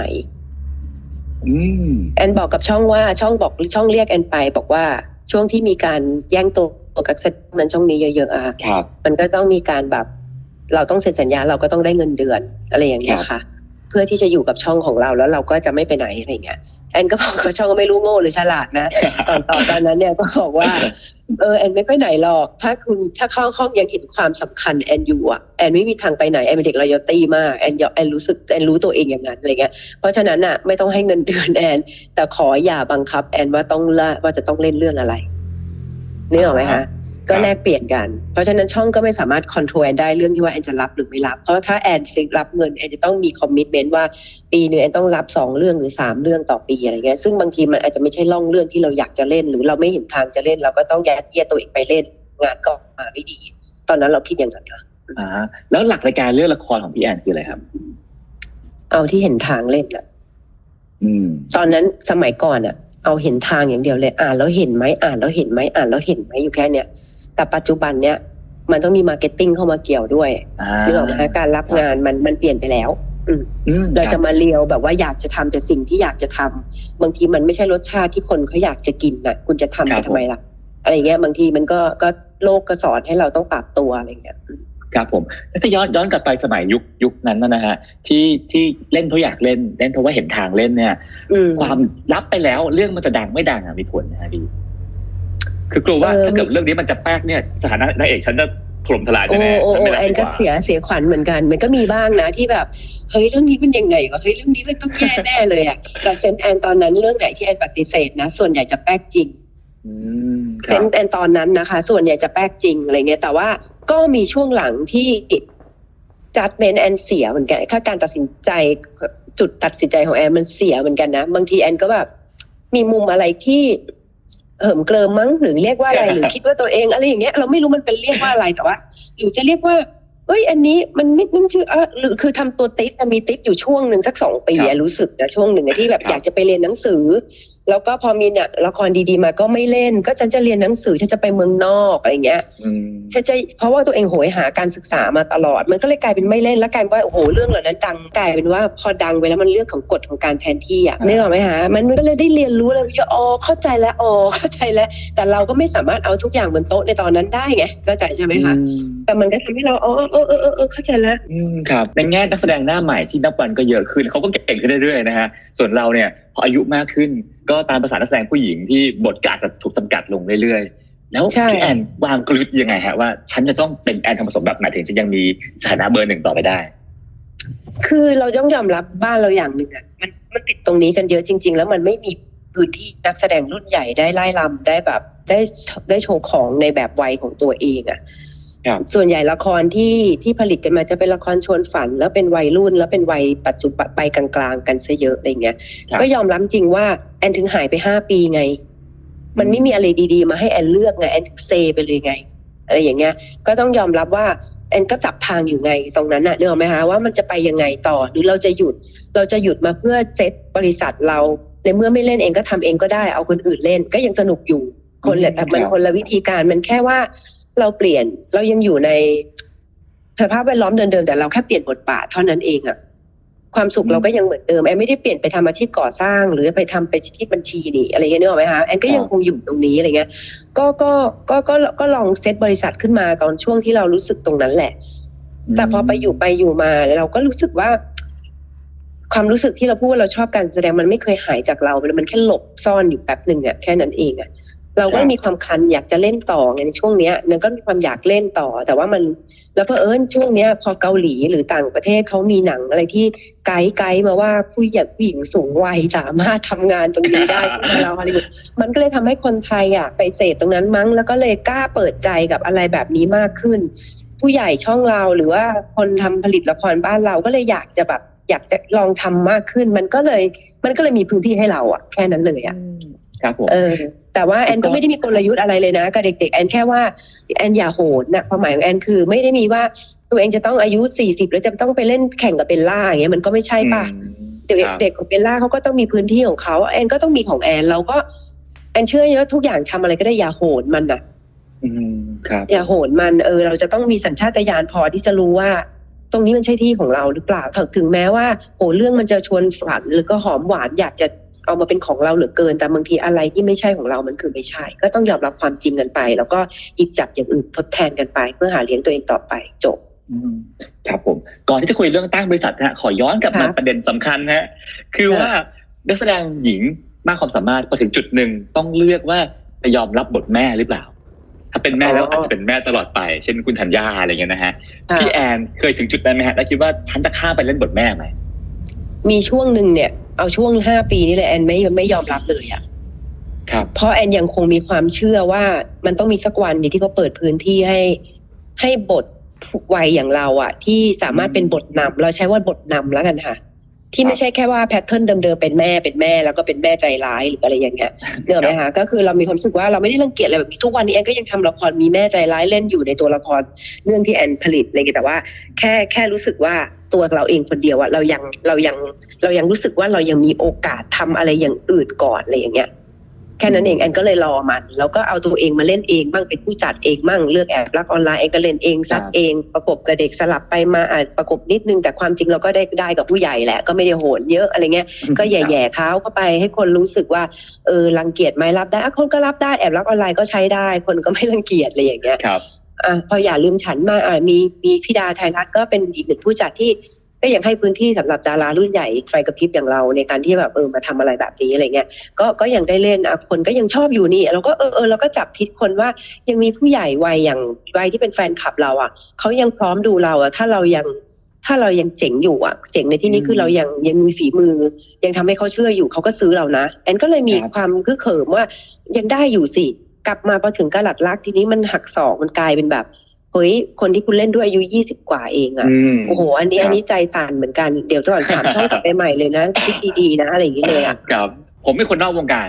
แอนบอกกับช่องว่าช่องเรียกแอนไปบอกว่าช่วงที่มีการแย่งตัวกับนั้นช่องนี้เยอะๆมันก็ต้องมีการแบบเราต้องเซ็นสัญญาเราก็ต้องได้เงินเดือนอะไรอย่างเงี้ยค่ะเพื่อที่จะอยู่กับช่องของเราแล้วเราก็จะไม่ไปไหนอะไรเงี้ยแอนก็บอกกับช่องก็ไม่รู้โง่หรือฉลาดนะตอนนั้นเนี่ยก็บอกว่าแอนไม่ไปไหนหรอกถ้าเข้าห้องยังเห็นความสำคัญแอนอยู่อ่ะแอนไม่มีทางไปไหนแอนเป็นเด็กรอยัลตี้มากแอนรู้ตัวเองอย่างนั้นอะไรเงี้ยเพราะฉะนั้นอ่ะไม่ต้องให้เงินเดือนแอนแต่ขออย่าบังคับแอนว่าจะต้องเล่นเรื่องอะไรนึกออกไหมคะก็แลกเปลี่ยนกันเพราะฉะนั้นช่องก็ไม่สามารถคอนโทรลแอนได้เรื่องที่ว่าแอนจะรับหรือไม่รับเพราะถ้าแอนรับเงินแอนจะต้องมีคอมมิตเมนต์ว่าปีนึงแอนต้องรับ2 เรื่องหรือ3 เรื่องต่อปีอะไรเงี้ยซึ่งบางทีมันอาจจะไม่ใช่ล่องเรื่องที่เราอยากจะเล่นหรือเราไม่เห็นทางจะเล่นเราก็ต้องยัดเยียดตัวเองไปเล่นงานก็มาไม่ดีตอนนั้นเราคิดอย่างนั้นค่ะแล้วหลักในการเลือกละครของพี่แอนคืออะไรครับเอาที่เห็นทางเล่นอะตอนนั้นสมัยก่อนอะเอาเห็นทางอย่างเดียวเลยอ่านแล้วเห็นไหมอ่านแล้วเห็นไหมอ่านแล้วเห็นไหมอยู่แค่เนี้ยแต่ปัจจุบันเนี้ยมันต้องมีมาร์เก็ตติ้งเข้ามาเกี่ยวด้วยนึกออกไหมการรับงานมันเปลี่ยนไปแล้วเราจะมาเลียวแบบว่าอยากจะทำแต่สิ่งที่อยากจะทำบางทีมันไม่ใช่รสชาติที่คนเขาอยากจะกินน่ะคุณจะทำไปทำไมล่ะอะไรเงี้ยบางทีมันก็โลกก็สอนให้เราต้องปรับตัวอะไรเงี้ยครับผมถ้าย้อนกลับไปสมัยยุคนั้นนะฮะที่เล่นเพราะอยากเล่นเพราะว่าเห็นทางเล่นเนี่ยความรับไปแล้วเรื่องมันจะดังไม่ดังมีผลนะฮะพี่คือกลัวว่าถ้าเกิดเรื่องนี้มันจะแป๊กเนี่ยสถานะนางเอกฉันจะถล่มทลายแน่แอนก็เสียขวัญเหมือนกันมันก็มีบ้างนะที่แบบเฮ้ยเรื่องนี้เป็นยังไงวะเฮ้ยเรื่องนี้มันต้องแย่แน่เลยอ่ะแต่เซนแอนตอนนั้นเรื่องไหนที่แอนปฏิเสธนะส่วนใหญ่จะแป๊กจริงเซนแอนตอนนั้นนะคะส่วนใหญ่จะแป๊กจริงอะไรเงี้ยแต่ว่าก็มีช่วงหลังที่จัดเมนแอนเสียเหมือนกันค่าการตัดสินใจจุดตัดสินใจของแอนมันเสียเหมือนกันนะบางทีแอนก็แบบมีมุมอะไรที่เหิมเกริมมั้งหรือเรียกว่าอะไร หรือคิดว่าตัวเองอะไรอย่างเงี้ยเราไม่รู้มันเป็นเรียกว่าอะไรแต่ว่าหรือจะเรียกว่าเอ้ยอันนี้มันไม่นั่นชื่อหรือคือทำตัวติ๊กมีติ๊กอยู่ช่วงหนึ่งสัก2 ปีรู้สึกนะช่วงหนึ่งที่แบบอยากจะไปเรียนหนังสือแล้วก็พอมีเนี่ยละครดีๆมาก็ไม่เล่นก็ฉันจะเรียนหนังสือฉันจะไปเมืองนอกอะไรเงี้ยฉันจะเพราะว่าตัวเองโหยหาการศึกษามาตลอดมันก็เลยกลายเป็นไม่เล่นแล้วกลายเป็นว่าโอ้โหเรื่องเหล่านั้นดังกลายเป็นว่าพอดังไปแล้วมันเรื่องของกฎของการแทนที่อ่ะนึกออกไหมฮะมันก็เลยได้เรียนรู้เลยว่าอ๋อเข้าใจแล้วเข้าใจแล้วแต่เราก็ไม่สามารถเอาทุกอย่างบนโต๊ะในตอนนั้นได้ไงเข้าใจใช่ไหมคะแต่มันก็ทำให้เราเข้าใจแล้วครับในแง่นักแสดงหน้าใหม่ที่นับวันก็เยอะขึ้นเขาก็เก่งขึ้นเรื่อยๆนะฮะส่วนเราเนี่ยพออายุมากขึ้นก็ตามภาษานักแสดงผู้หญิงที่บทก็อาจจะถูกจำกัดลงเรื่อยๆแล้วพี่แอนวางกลยุทธ์ยังไงฮะว่าฉันจะต้องเป็นแอนทองผสมแบบไหนถึงจะยังมีสถานะเบอร์ 1ต่อไปได้คือเราต้องยอมรับบ้านเราอย่างหนึ่งอ่ะมันติดตรงนี้กันเยอะจริงๆแล้วมันไม่มีพื้นที่นักแสดงรุ่นใหญ่ได้ไล่รำได้แบบได้โชว์ของในแบบวัยของตัวเองอ่ะส่วนใหญ่ละครที่ผลิตกันมาจะเป็นละครชวนฝันแล้วเป็นวัยรุ่นแล้วเป็นวัยปัจจุบันไปกลางๆกันซะเยอะอะไรเงี้ยก็ยอมรับจริงว่าแอนถึงหายไป5 ปีไงมันไม่มีอะไรดีๆมาให้แอนเลือกไงแอนถึงเซไปเลยไงอะไรอย่างเงี้ยก็ต้องยอมรับว่าแอนก็จับทางอยู่ไงตรงนั้นน่ะนึกออกไหมคะว่ามันจะไปยังไงต่อหรือเราจะหยุดมาเพื่อเซตบริษัทเราในเมื่อไม่เล่นเองก็ทำเองก็ได้เอาคนอื่นเล่นก็ยังสนุกอยู่คนแหละแต่มันคนละวิธีการมันแค่ว่าเราเปลี่ยนเรายังอยู่ในสภาพแวดล้อมเดิมๆแต่เราแค่เปลี่ยนบทบาทเท่านั้นเองอะความสุขเราก็ยังเหมือนเดิมแอนไม่ได้เปลี่ยนไปทำอาชีพก่อสร้างหรือไปทำไปที่บัญชีนี่อะไรเงี้ยนึกออกไหมคะแอนก็ยังคงอยู่ตรงนี้อะไรเงี้ยก็ลองเซตบริษัทขึ้นมาตอนช่วงที่เรารู้สึกตรงนั้นแหละแต่พอไปอยู่มาเราก็รู้สึกว่าความรู้สึกที่เราพูดว่าเราชอบการแสดงมันไม่เคยหายจากเรามันแค่หลบซ่อนอยู่แป๊บนึงอะแค่นั้นเองอะเราก็มีความคันอยากจะเล่นต่อในช่วงเนี้ยนั่นก็มีความอยากเล่นต่อแต่ว่ามันแล้วช่วงเนี้ยพอเกาหลีหรือต่างประเทศเขามีหนังอะไรที่ไกด์มาว่าผู้หญิงสูงวัยสามารถทำงานตรงนี้ได้เราฮอลลีวูดมันก็เลยทำให้คนไทยไปเสพตรงนั้นมั้งแล้วก็เลยกล้าเปิดใจกับอะไรแบบนี้มากขึ้นผู้ใหญ่ช่องเราหรือว่าคนทำผลิตละครบ้านเราก็เลยอยากจะลองทำมากขึ้นมันก็เลยมีพื้นที่ให้เราแค่นั้นเลยครับผมแต่ว่าแอนก็ไม่ได้มีกลยุทธ์อะไรเลยนะกับเด็กๆแอนแค่ว่าแอนอย่าโหดนะความหมายของแอนคือไม่ได้มีว่าตัวเองจะต้องอายุ40แล้วจะต้องไปเล่นแข่งกับเบลล่าอย่างเงี้ยมันก็ไม่ใช่ป่ะเด็กของเบลล่าเขาก็ต้องมีพื้นที่ของเขาแอนก็ต้องมีของแอนเราก็แอนเชื่อว่าทุกอย่างทำอะไรก็ได้อย่าโหดมันอย่าโหดมันเราจะต้องมีสัญชาตญาณพอที่จะรู้ว่าตรงนี้มันใช่ที่ของเราหรือเปล่าถึงแม้ว่าเรื่องมันจะชวนฝันหรือก็หอมหวานอยากจะเอามาเป็นของเราเหลือเกินแต่บางทีอะไรที่ไม่ใช่ของเรามันคือไม่ใช่ก็ต้องยอมรับความจริงกันไปแล้วก็หยิบจับอย่างอื่นทดแทนกันไปเพื่อหาเลี้ยงตัวเองต่อไปจบครับผมก่อนที่จะคุยเรื่องตั้งบริษัทขอย้อนกลับมาประเด็นสำคัญคือว่านักแสดงหญิงมากความสามารถพอถึงจุดหนึ่งต้องเลือกว่าจะยอมรับบทแม่หรือเปล่าถ้าเป็นแม่แล้วอาจจะเป็นแม่ตลอดไปเช่นคุณธัญญาอะไรเงี้ยนะฮะพี่แอนเคยถึงจุดนั้นไหมฮะแล้วคิดว่าฉันจะข้ามไปเล่นบทแม่ไหมมีช่วงนึงเนี่ยเอาช่วง5 ปีนี่แหละแอนไม่ยอมรับเลยครับเพราะแอนยังคงมีความเชื่อว่ามันต้องมีสักวันที่เขาเปิดพื้นที่ให้บทวัยอย่างเราที่สามารถเป็นบทนำเราใช้ว่าบทนำแล้วกันค่ะที่ไม่ใช่แค่ว่าแพทเทิร์นเดิมๆเป็นแม่แล้วก็เป็นแม่ใจร้ายหรืออะไรอย่างเงี้ยเนอะไหมคะก็คือเรามีความรู้สึกว่าเราไม่ได้รังเกียจอะไรแบบนี้ทุกวันนี้แอนก็ยังทำละครมีแม่ใจร้ายเล่นอยู่ในตัวละครเรื่องที่แอนผลิตอะไรอย่างเงี้ยแต่ว่าแค่รู้สึกว่าตัวเราเองคนเดียวเรายังรู้สึกว่าเรายังมีโอกาสทำอะไรอย่างอื่นก่อนอะไรอย่างเงี้ยแค่นั้นเองแอนก็เลยรอมันแล้วก็เอาตัวเองมาเล่นเองบ้างเป็นผู้จัดเองบ้างเลือกแอบรักออนไลน์เองก็เล่นเองซัดเองประกบกับเด็กสลับไปมาประกบนิดนึงแต่ความจริงเราก็ได้กับผู้ใหญ่แหละก็ไม่ได้โหดเยอะอะไรเงี้ยก็แย่ๆเท้าเข้าไปให้คนรู้สึกว่ารังเกียจไหมรับได้คนก็รับได้แอบรักออนไลน์ก็ใช้ได้คนก็ไม่รังเกียจอะไรอย่างเงี้ยพออย่าลืมฉันมามีพี่ดาไทยรัฐก็เป็นอีกหนึ่งผู้จัดที่ก็ยังให้พื้นที่สำหรับดารารุ่นใหญ่ไฟกระพริบอย่างเราในการที่แบบมาทำอะไรแบบนี้อะไรเงี้ยก็ยังได้เล่นคนก็ยังชอบอยู่นี่เราก็เราก็จับทิศคนว่ายังมีผู้ใหญ่วัยที่เป็นแฟนคลับเราเขายังพร้อมดูเราถ้าเรายังเจ๋งอยู่เจ๋งในที่นี้คือเรายังมีฝีมือยังทำให้เขาเชื่ออยู่เขาก็ซื้อเรานะแอนก็เลยมีความคึกเขิมว่ายังได้อยู่สิกลับมาพอถึงกะหลัดรักทีนี้มันหักศอกมันกลายเป็นแบบเฮ้ยคนที่คุณเล่นด้วยอายุ20 กว่าเองโอ้โหอันนี้ใจสั่นเหมือนกันเดี๋ยวก่อนถามช่องกลับไปใหม่เลยนะคิดดีๆนะอะไรอย่างเงี้ยเลยครับผมเป็นคนนอกวงการ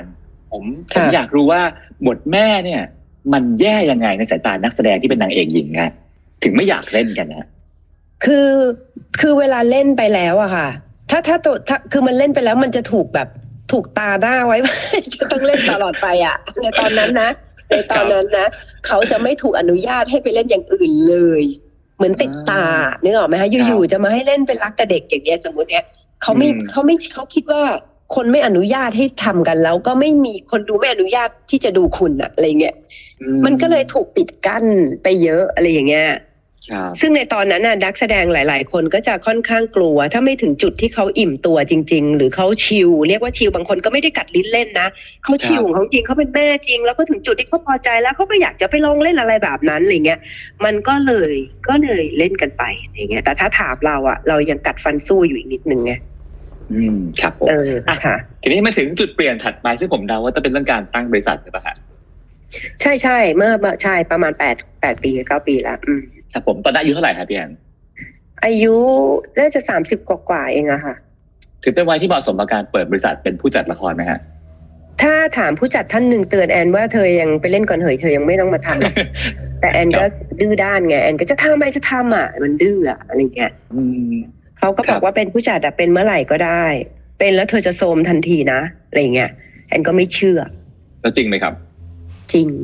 ผมอยากรู้ว่าบทแม่เนี่ยมันแย่ยังไงในสายตานักแสดงที่เป็นนางเอกหญิงอะถึงไม่อยากเล่นกันนะคือเวลาเล่นไปแล้วอะค่ะถ้าคือมันเล่นไปแล้วมันจะถูกแบบถูกตาหน้าไว้ จะต้องเล่นตลอดไปอะในตอนนั้นนะเขาจะไม่ถูกอนุญาตให้ไปเล่นอย่างอื่นเลยเหมือนติดตานึกออกไหมคะอยู่ๆจะมาให้เล่นเป็นรักแต่เด็กอย่างเงี้ยสมมติเนี้ยเขาคิดว่าคนไม่อนุญาตให้ทำกันแล้วก็ไม่มีคนดูไม่อนุญาตที่จะดูคุณอะอะไรเงี้ยมันก็เลยถูกปิดกั้นไปเยอะอะไรอย่างเงี้ยซึ่งในตอนนั้นน่ะนักแสดงหลายๆคนก็จะค่อนข้างกลัวถ้าไม่ถึงจุดที่เขาอิ่มตัวจริงๆหรือเขาชิลเรียกว่าชิลบางคนก็ไม่ได้กัดลิ้นเล่นนะเขาชิลของเขาจริงเขาเป็นแม่จริงแล้วก็ถึงจุดที่เขาพอใจแล้วเขาก็อยากจะไปลองเล่นอะไรแบบนั้นอะไรเงี้ยมันก็เลยเล่นกันไปอย่างเงี้ยแต่ถ้าถามเราอะเรายังกัดฟันสู้อยู่อีกนิดนึงไงครับผมค่ะทีนี้มาถึงจุดเปลี่ยนถัดไปซึ่งผมเดาว่าจะเป็นเรื่องการตั้งบริษัทใช่ปะฮะใช่เมื่อใช่ประมาณ8 ปี 9 ปีแล้วครับผมตอนนั้นอายุเท่าไหร่ครับพี่แอนอายุน่าจะ30 กว่าเองอะค่ะถือเป็นวัยที่เหมาะสมกับการเปิดบริษัทเป็นผู้จัดละครไหมฮะถ้าถามผู้จัดท่านหนึ่งเตือนแอนว่าเธอยังไปเล่นก่อนเหยเธอยังไม่ต้องมาทำ แต่แอนก็ดื้อด้านไงแอนก็จะทำอ่ะมันดื้ออะอะไรเงี้ยเขาก็บอกว่าเป็นผู้จัดเป็นเมื่อไหร่ก็ได้เป็นแล้วเธอจะโทรมทันทีนะอะไรเงี้ยแอนก็ไม่เชื่อแล้วจริงไหมครับจริง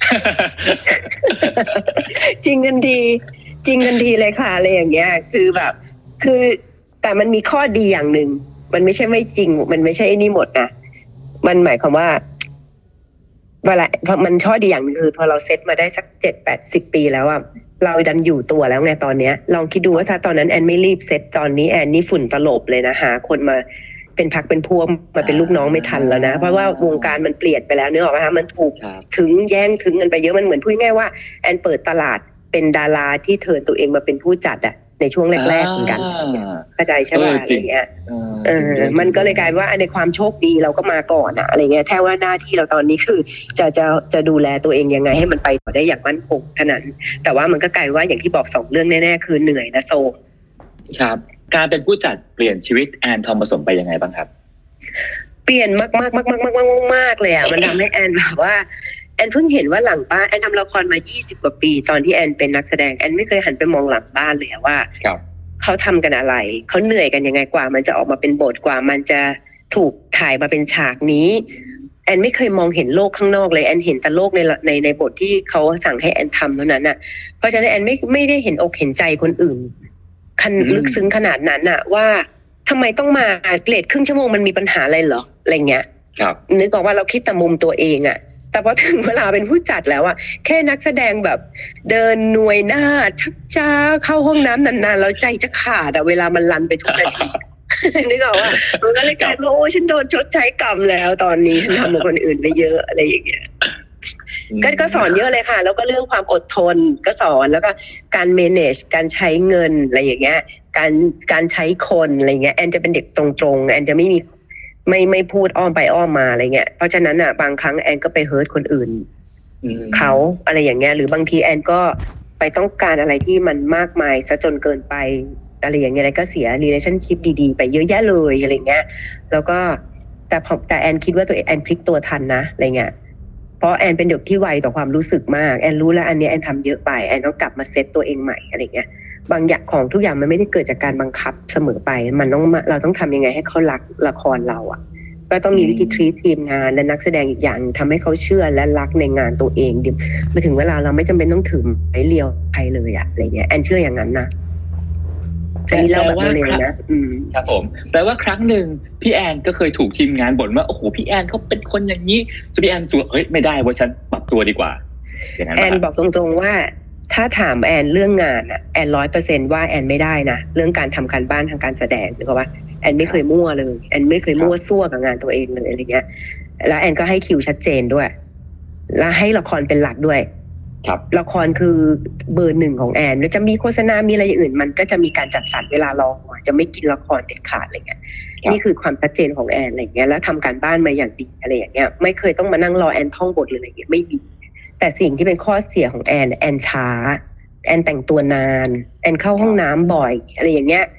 จริงทันทีเลยค่ะอะไรอย่างเงี้ยคือแบบคือแต่มันมีข้อดีอย่างหนึ่งมันไม่ใช่ไม่จริงมันไม่ใช่ไอ้นี่หมดนะมันหมายความว่าเวลามันข้อดีอย่างนึงคือพอเราเซตมาได้สัก7-80 ปีแล้วอ่ะเราดันอยู่ตัวแล้วไงตอนเนี้ยลองคิดดูว่าถ้าตอนนั้นแอนไม่รีบเซตตอนนี้แอนนี่ฝุ่นตลบเลยนะหาคนมาเป็นพักเป็นพวกมาเป็นลูกน้องไม่ทันแล้วนะเพราะว่าวงการมันเปลี่ยนไปแล้วนึกออกไหมคะมันถูกถึงแย่งถึงกันไปเยอะมันเหมือนพูดง่ายว่าแอนเปิดตลาดเป็นดาราที่เทิร์นตัวเองมาเป็นผู้จัดอะในช่วงแรกๆเหมือนกันเข้าใจใช่ไหมอะไรเงี้ยมันก็เลยกลายว่าในความโชคดีเราก็มาก่อนอะอะไรเงี้ยแค่ว่าหน้าที่เราตอนนี้คือจะดูแลตัวเองยังไงให้มันไปต่อได้อย่างมั่นคงเท่านั้นแต่ว่ามันก็กลายว่าอย่างที่บอก2 เรื่องแน่ๆคือเหนื่อยและโซมครับการเป็นผู้จัดเปลี่ยนชีวิตแอนทองผสมไปยังไงบ้างครับเปลี่ยนมากเลยอ่ะมันทำให้แอนแบบว่าแอนเพิ่งเห็นว่าหลังบ้านแอนทำละครมา20 กว่าปีตอนที่แอนเป็นนักแสดงแอนไม่เคยหันไปมองหลังบ้านเลยว่าเขาทำกันอะไรเขาเหนื่อยกันยังไงกว่ามันจะออกมาเป็นบทกว่ามันจะถูกถ่ายมาเป็นฉากนี้แอนไม่เคยมองเห็นโลกข้างนอกเลยแอนเห็นแต่โลกในบทที่เขาสั่งให้แอนทำเท่านั้นอ่ะเพราะฉะนั้นแอนไม่ได้เห็นอกเห็นใจคนอื่นลึกซึ้งขนาดนั้นอ่ะว่าทำไมต้องมาเลทครึ่งชั่วโมงมันมีปัญหาอะไรเหรออะไรเงี้ยนึกออกว่าเราคิดแต่มุมตัวเองอ่ะแต่พอถึงเวลาเป็นผู้จัดแล้วอ่ะแค่นักแสดงแบบเดินหน่วยหน้าชักช้าเข้าห้องน้ำนานๆแล้วใจจะขาดอ่ะเวลามันรันไปทุกนาที นึกออกว่ามันก็เลยกลายเป็นโอ้ฉันโดนชดใช้กรรมแล้วตอนนี้ฉันทำกับคนอื่นไปเยอะอะไรอย่างเงี้ยก็สอนเยอะเลยค่ะแล้วก็เรื่องความอดทนก็สอนแล้วก็การ manage การใช้เงินอะไรอย่างเงี้ยการใช้คนอะไรเงี้ยแอนจะเป็นเด็กตรงๆแอนจะไม่พูดอ้อมไปอ้อมมาอะไรเงี้ยเพราะฉะนั้นอ่ะบางครั้งแอนก็ไปเฮิร์ตคนอื่นเขาอะไรอย่างเงี้ยหรือบางทีแอนก็ไปต้องการอะไรที่มันมากมายซะจนเกินไปอะไรอย่างเงี้ยแล้วก็เสีย relationship ดีๆไปเยอะแยะเลยอะไรเงี้ยแล้วก็แต่แอนคิดว่าตัวเองแอนพลิกตัวทันนะอะไรเงี้ยเพราะแอนเป็นเด็กที่ไวต่อความรู้สึกมากแอนรู้แล้วอันนี้แอนทำเยอะไปแอนต้องกลับมาเซตตัวเองใหม่อะไรเงี้ยบางอย่างของทุกอย่างมันไม่ได้เกิดจากการบังคับเสมอไปเราต้องทำยังไงให้เขารักละครเราอ่ะก็ต้องมีวิธีทรีตทีมงานและนักแสดงอีกอย่างทำให้เขาเชื่อและรักในงานตัวเองดิมาถึงเวลาเราไม่จำเป็นต้องถือไม้เรียวใครเลยอะอะไรเงี้ยแอนเชื่ออย่างนั้นนะอันนี้เล่าแบบเร็วๆนะครับผมแปลว่าครั้งหนึ่งพี่แอนก็เคยถูกทีมงานบ่นว่าโอ้โหพี่แอนเขาเป็นคนอย่างนี้จะพี่แอนเฮ้ยไม่ได้ว่าฉันปรับตัวดีกว่าแอนบอกตรงๆว่าถ้าถามแอนเรื่องงานอะแอน100%ว่าแอนไม่ได้นะเรื่องการทำการบ้านทางการแสดงหรือว่าแอนไม่เคยมั่วเลยแอนไม่เคยมั่วซั่วกับงานตัวเองเลยอะไรเงี้ยแล้วแอนก็ให้คิวชัดเจนด้วยแล้วให้ละครเป็นหลักด้วยละครคือเบอร์ 1ของแอนแล้วจะมีโฆษณามีอะไรอย่างอื่นมันก็จะมีการจัดสรรเวลารอจะไม่กินละครเด็ดขาดอะไรเงี้ยนี่คือความชัดเจนของแอนอะไรเงี้ยแล้วทำการบ้านมาอย่างดีอะไรอย่างเงี้ยไม่เคยต้องมานั่งรอแอนท่องบทหรืออะไรเงี้ยไม่มีแต่สิ่งที่เป็นข้อเสียของแอนช้าแอนแต่งตัวนานแอนเข้าห้องน้ำบ่อยอะไรอย่างเงี้ย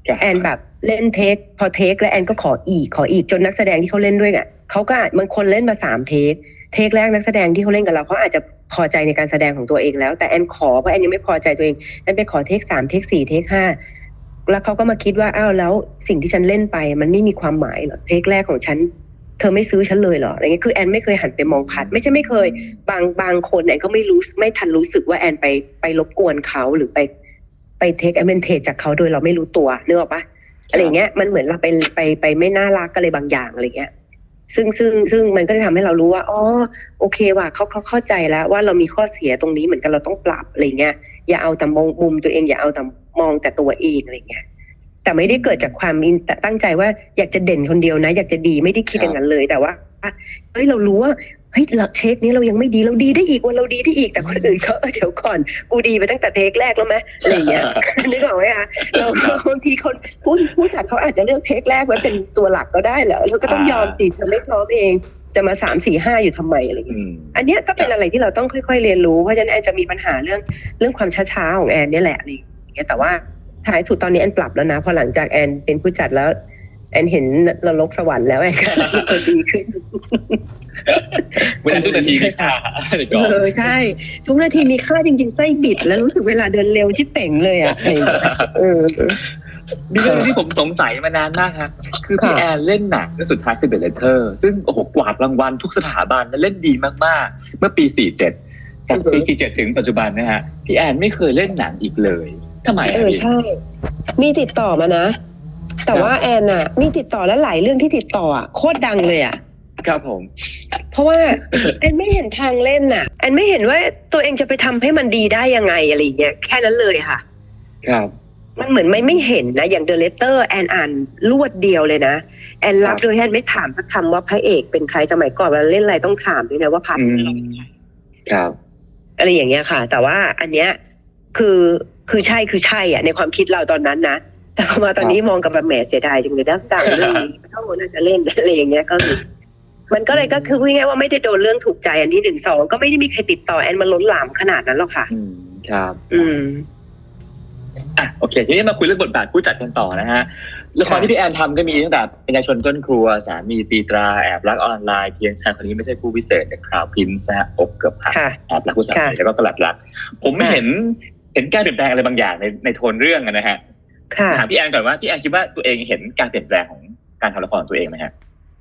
แอนแบบเล่นเทคพอเทคแล้วแอนก็ขออีกจนนักแสดงที่เขาเล่นด้วยอ่ะเขาก็บางคนเล่นมา3เทคแรกนักแสดงที่เขาเล่นกับเราเขาอาจจะพอใจในการแสดงของตัวเองแล้วแต่แอนขอเพราะแอนยังไม่พอใจตัวเองแอนไปขอเทค3เทค4เทค5แล้วเขาก็มาคิดว่าอ้าวแล้วสิ่งที่ฉันเล่นไปมันไม่มีความหมายเหรอเทคแรกของฉันเธอไม่ซื้อฉันเลยเหรออะไรเงี้ยคือแอนไม่เคยหันไปมองพัดไม่ใช่ไม่เคยบางคนแอนก็ไม่ทันรู้สึกว่าแอนไปรบกวนเขาหรือไปเทคแอดเวนเทจจากเขาโดยเราไม่รู้ตัวนึกออกปะอะไรเงี้ยมันเหมือนเราไปไม่น่ารักอะไรบางอย่างอะไรเงี้ยซึ่งมันก็จะทำให้เรารู้ว่าอ๋อโอเคว่ะเขาเข้าใจแล้วว่าเรามีข้อเสียตรงนี้เหมือนกันเราต้องปรับอะไรเงี้ยอย่าเอาแต่มองมุมตัวเองอย่าเอาแต่มองแต่ตัวเองอะไรเงี้ยแต่ไม่ได้เกิดจากความตั้งใจว่าอยากจะเด่นคนเดียวนะอยากจะดีไม่ได้คิดอย่างนั้นเลยแต่ว่าเฮ้ยเรารู้ว่าเฮ้ยเราเช็คนี้เรายังไม่ดีเราดีได้อีกเราดีได้อีกแต่คนอื่นเขาเดี๋ยวก่อนกูดีไปตั้งแต่เทคแรกแล้วไหมอะไรเงี้ยนึกออกไหมคะเราบางทีคนผู้จัดเขาอาจจะเลือกเทคแรกไว้เป็นตัวหลักก็ได้เหรอเราก็ต้องยอมสิเธอไม่พร้อมเองจะมา3 4 5อยู่ทำไมอะไรเงี้ยอันเนี้ยก็เป็นอะไรที่เราต้องค่อยๆเรียนรู้เพราะฉะนั้นแอนจะมีปัญหาเรื่องความช้าๆของแอนเนี่ยแหละอะไรอย่างเงี้ยแต่ว่าท้ายสุดตอนนี้แอนปรับแล้วนะพอหลังจากแอนเป็นผู้จัดแล้วแอนเห็นนรกสวรรค์แล้วแอนก็เป็นดีขึ้นเวลาทุกนาทีมีค่าใช่ทุกนาทีมีค่าจริงๆไส้บิดแล้วรู้สึกเวลาเดินเร็วจิ๊บเป่งเลยอ่ะมีเรื่องที่ผมสงสัยมานานมากครับคือพี่แอนเล่นหนังเรื่องสุดท้ายคือ The Letter ซึ่งโอ้โหกวาดรางวัลทุกสถาบันและเล่นดีมากๆเมื่อปี47จากปี47ถึงปัจจุบันนะฮะพี่แอนไม่เคยเล่นหนังอีกเลยทำไมใช่มีติดต่อมานะแต่ว่าแอนน่ะมีติดต่อแล้วหลายเรื่องที่ติดต่ออ่ะโคตรดังเลยอ่ะครับผมเพราะว่าแอนไม่เห็นทางเล่นน่ะแอนไม่เห็นว่าตัวเองจะไปทำให้มันดีได้ยังไงอะไรอย่างเงี้ยแค่นั้นเลยค่ะครับมันเหมือนไม่เห็นนะอย่าง The Letter แอนอ่านรวดเดียวเลยนะแอนรับโดยแอนไม่ถามสักคำว่าพระเอกเป็นใครสมัยก่อนเวลาเล่นอะไรต้องถามด้วยนะว่าพาร์ทเนอร์เราเป็นใครครับอะไรอย่างเงี้ยค่ะแต่ว่าอันเนี้ยคือใช่อ่ะในความคิดเราตอนนั้นนะแต่พอมาตอนนี้มองกับแบบแหมเสียดายจังเลยดังเรื่องนี้ถ้าคนน่าจะเล่นอะไรอย่างเงี้ยก็มีมันก็เลยก็คือพูดง่ายๆว่าไม่ได้โดนเรื่องถูกใจอันที่1 2ก็ไม่ได้มีใครติดต่อแอนมันล้นหลามขนาดนั้นหรอกค่ะครับโอเคทีนี้มาคุยเรื่องบทบาทผู้จัดกันต่อนะฮะละครที่พี่แอนทำก็มีตั้งแต่ประชาชนต้นครัวสามีตีตราแอบรักออนไลน์เพียงชายคนนี้ไม่ใช่ผู้พิเศษแต่คราวพินซ์นะอกเกือบหักแอบรักผู้สามีแล้วก็กลัดรักผมไม่เห็นการเปลี่ยนแปลงอะไรบางอย่างในโทนเรื่องนะฮะถามพี่แอนก่อนว่าพี่แอนคิดว่าตัวเองเห็นการเปลี่ยนแปลงของการทำละครของตัวเองไหมฮะ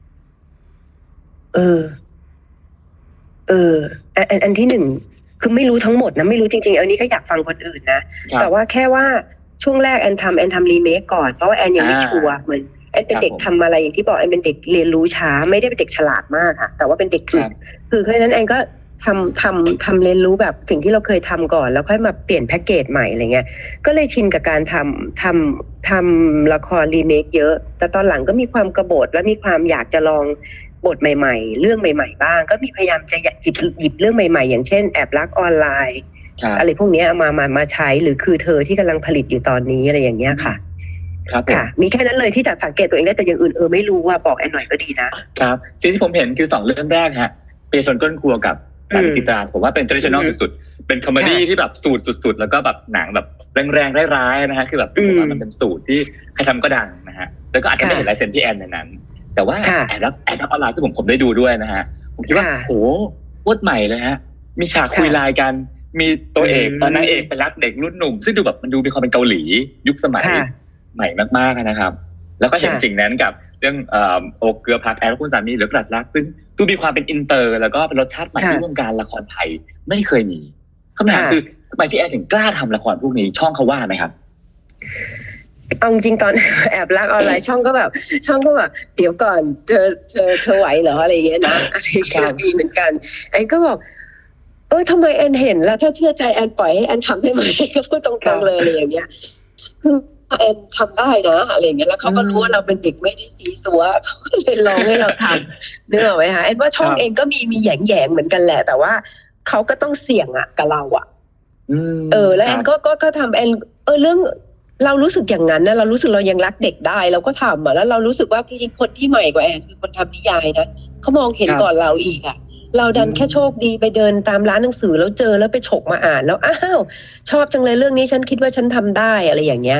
อันที่1คือไม่รู้ทั้งหมดนะไม่รู้จริงๆอันนี้ก็อยากฟังคนอื่นนะแต่ว่าแค่ว่าช่วงแรกแอนทำรีเมคก่อนเพราะว่าแอนยังไม่ชัวร์เหมือนแอนเป็นเด็กทำอะไรอย่างที่บอกแอนเป็นเด็กเรียนรู้ช้าไม่ได้เป็นเด็กฉลาดมากค่ะแต่ว่าเป็นเด็กคือเพราะฉะนั้นแอนก็ทำเรียนรู้แบบสิ่งที่เราเคยทำก่อนแล้วค่อยมาเปลี่ยนแพ็กเกจใหม่อะไรเงี้ยก็เลยชินกับการทำละครรีเมคเยอะแต่ตอนหลังก็มีความกบฏและมีความอยากจะลองบทใหม่ๆเรื่องใหม่ๆบ้างก็มีพยายามจะหยิบเรื่องใหม่ๆอย่างเช่นแอบรักออนไลน์อะไรพวกนี้มาใช้หรือคือเธอที่กำลังผลิตอยู่ตอนนี้อะไรอย่างเงี้ยค่ะค่ะมีแค่นั้นเลยที่จะสังเกตตัวเองได้แต่อย่างอื่นไม่รู้ว่าบอกแอนหน่อยก็ดีนะครับสิ่งที่ผมเห็นคือ2เรื่องแรกฮะเปียชนก้นครัวกับการติตราผมว่าเป็น traditional สุดๆเป็นคอมเมดี้ที่แบบสูตรสุดๆแล้วก็แบบหนังแบบแรงๆร้ายๆนะฮะคือแบบผมว่ามันเป็นสูตรที่ใครทำก็ดังนะฮะแล้วก็อาจจะไม่เห็นลายเซ็นพี่แอนในนั้นแต่ว่าแอบรักออนไลน์ที่ผมได้ดูด้วยนะฮะผมคิดว่าโหโคตรใหม่เลยฮะมีฉากคุยไลน์กันมีตัวเอกตอนนางเอกไปรักเด็กรุ่นหนุ่มซึ่งดูแบบมันดูมีความเป็นเกาหลียุคสมัยใหม่มากๆนะครับแล้วก็เห็นสิ่งนั้นกับเรื่องอกเกลือพักแอบรักคุณสามีหรือกลัดรักซึ่งดูมีความเป็นอินเตอร์แล้วก็เป็นรสชาติใหม่ที่วงการละครไทยไม่เคยมีคำถามคือทำไมพี่แอนถึงกล้าทำละครพวกนี้ช่องเขาว่าไหมครับเอาจริงตอนแอบรักออนไลน์ช่องก็แบบเดี๋ยวก่อนเธอไหวเหรออะไรอย่างเงี้ยนะอะไรก็มีเหมือนกันแอนก็บอกทำไมแอนเห็นแล้วถ้าเชื่อใจแอนปล่อยให้แอนทำได้ไหมก็พูดตรงๆเลยอะไรอย่างเงี้ยคือแอนทำได้นะอะไรอย่างเงี้ยแล้วเขาก็รู้ว่าเราเป็นเด็กไม่ได้ซีซัวเขาก็เลยลองให้เราทำนึกออกไหมคะแอนว่าช่องเองก็มีแหย่งเหมือนกันแหละแต่ว่าเขาก็ต้องเสี่ยงกับเราแล้วแอนก็ทำแอนเรื่องเรารู้สึกอย่างนั้นนะเรารู้สึกเรายังรักเด็กได้เราก็ทำแล้วเรารู้สึกว่าจริงๆคนที่ใหม่กว่าแอนคือคนทำนิยายนะเขามองเห็นก่อนเราอีกเราดันแค่โชคดีไปเดินตามร้านหนังสือแล้วเจอแล้วไปฉกมาอ่านแล้วอ้าวชอบจังเลยเรื่องนี้ฉันคิดว่าฉันทำได้อะไรอย่างเงี้ย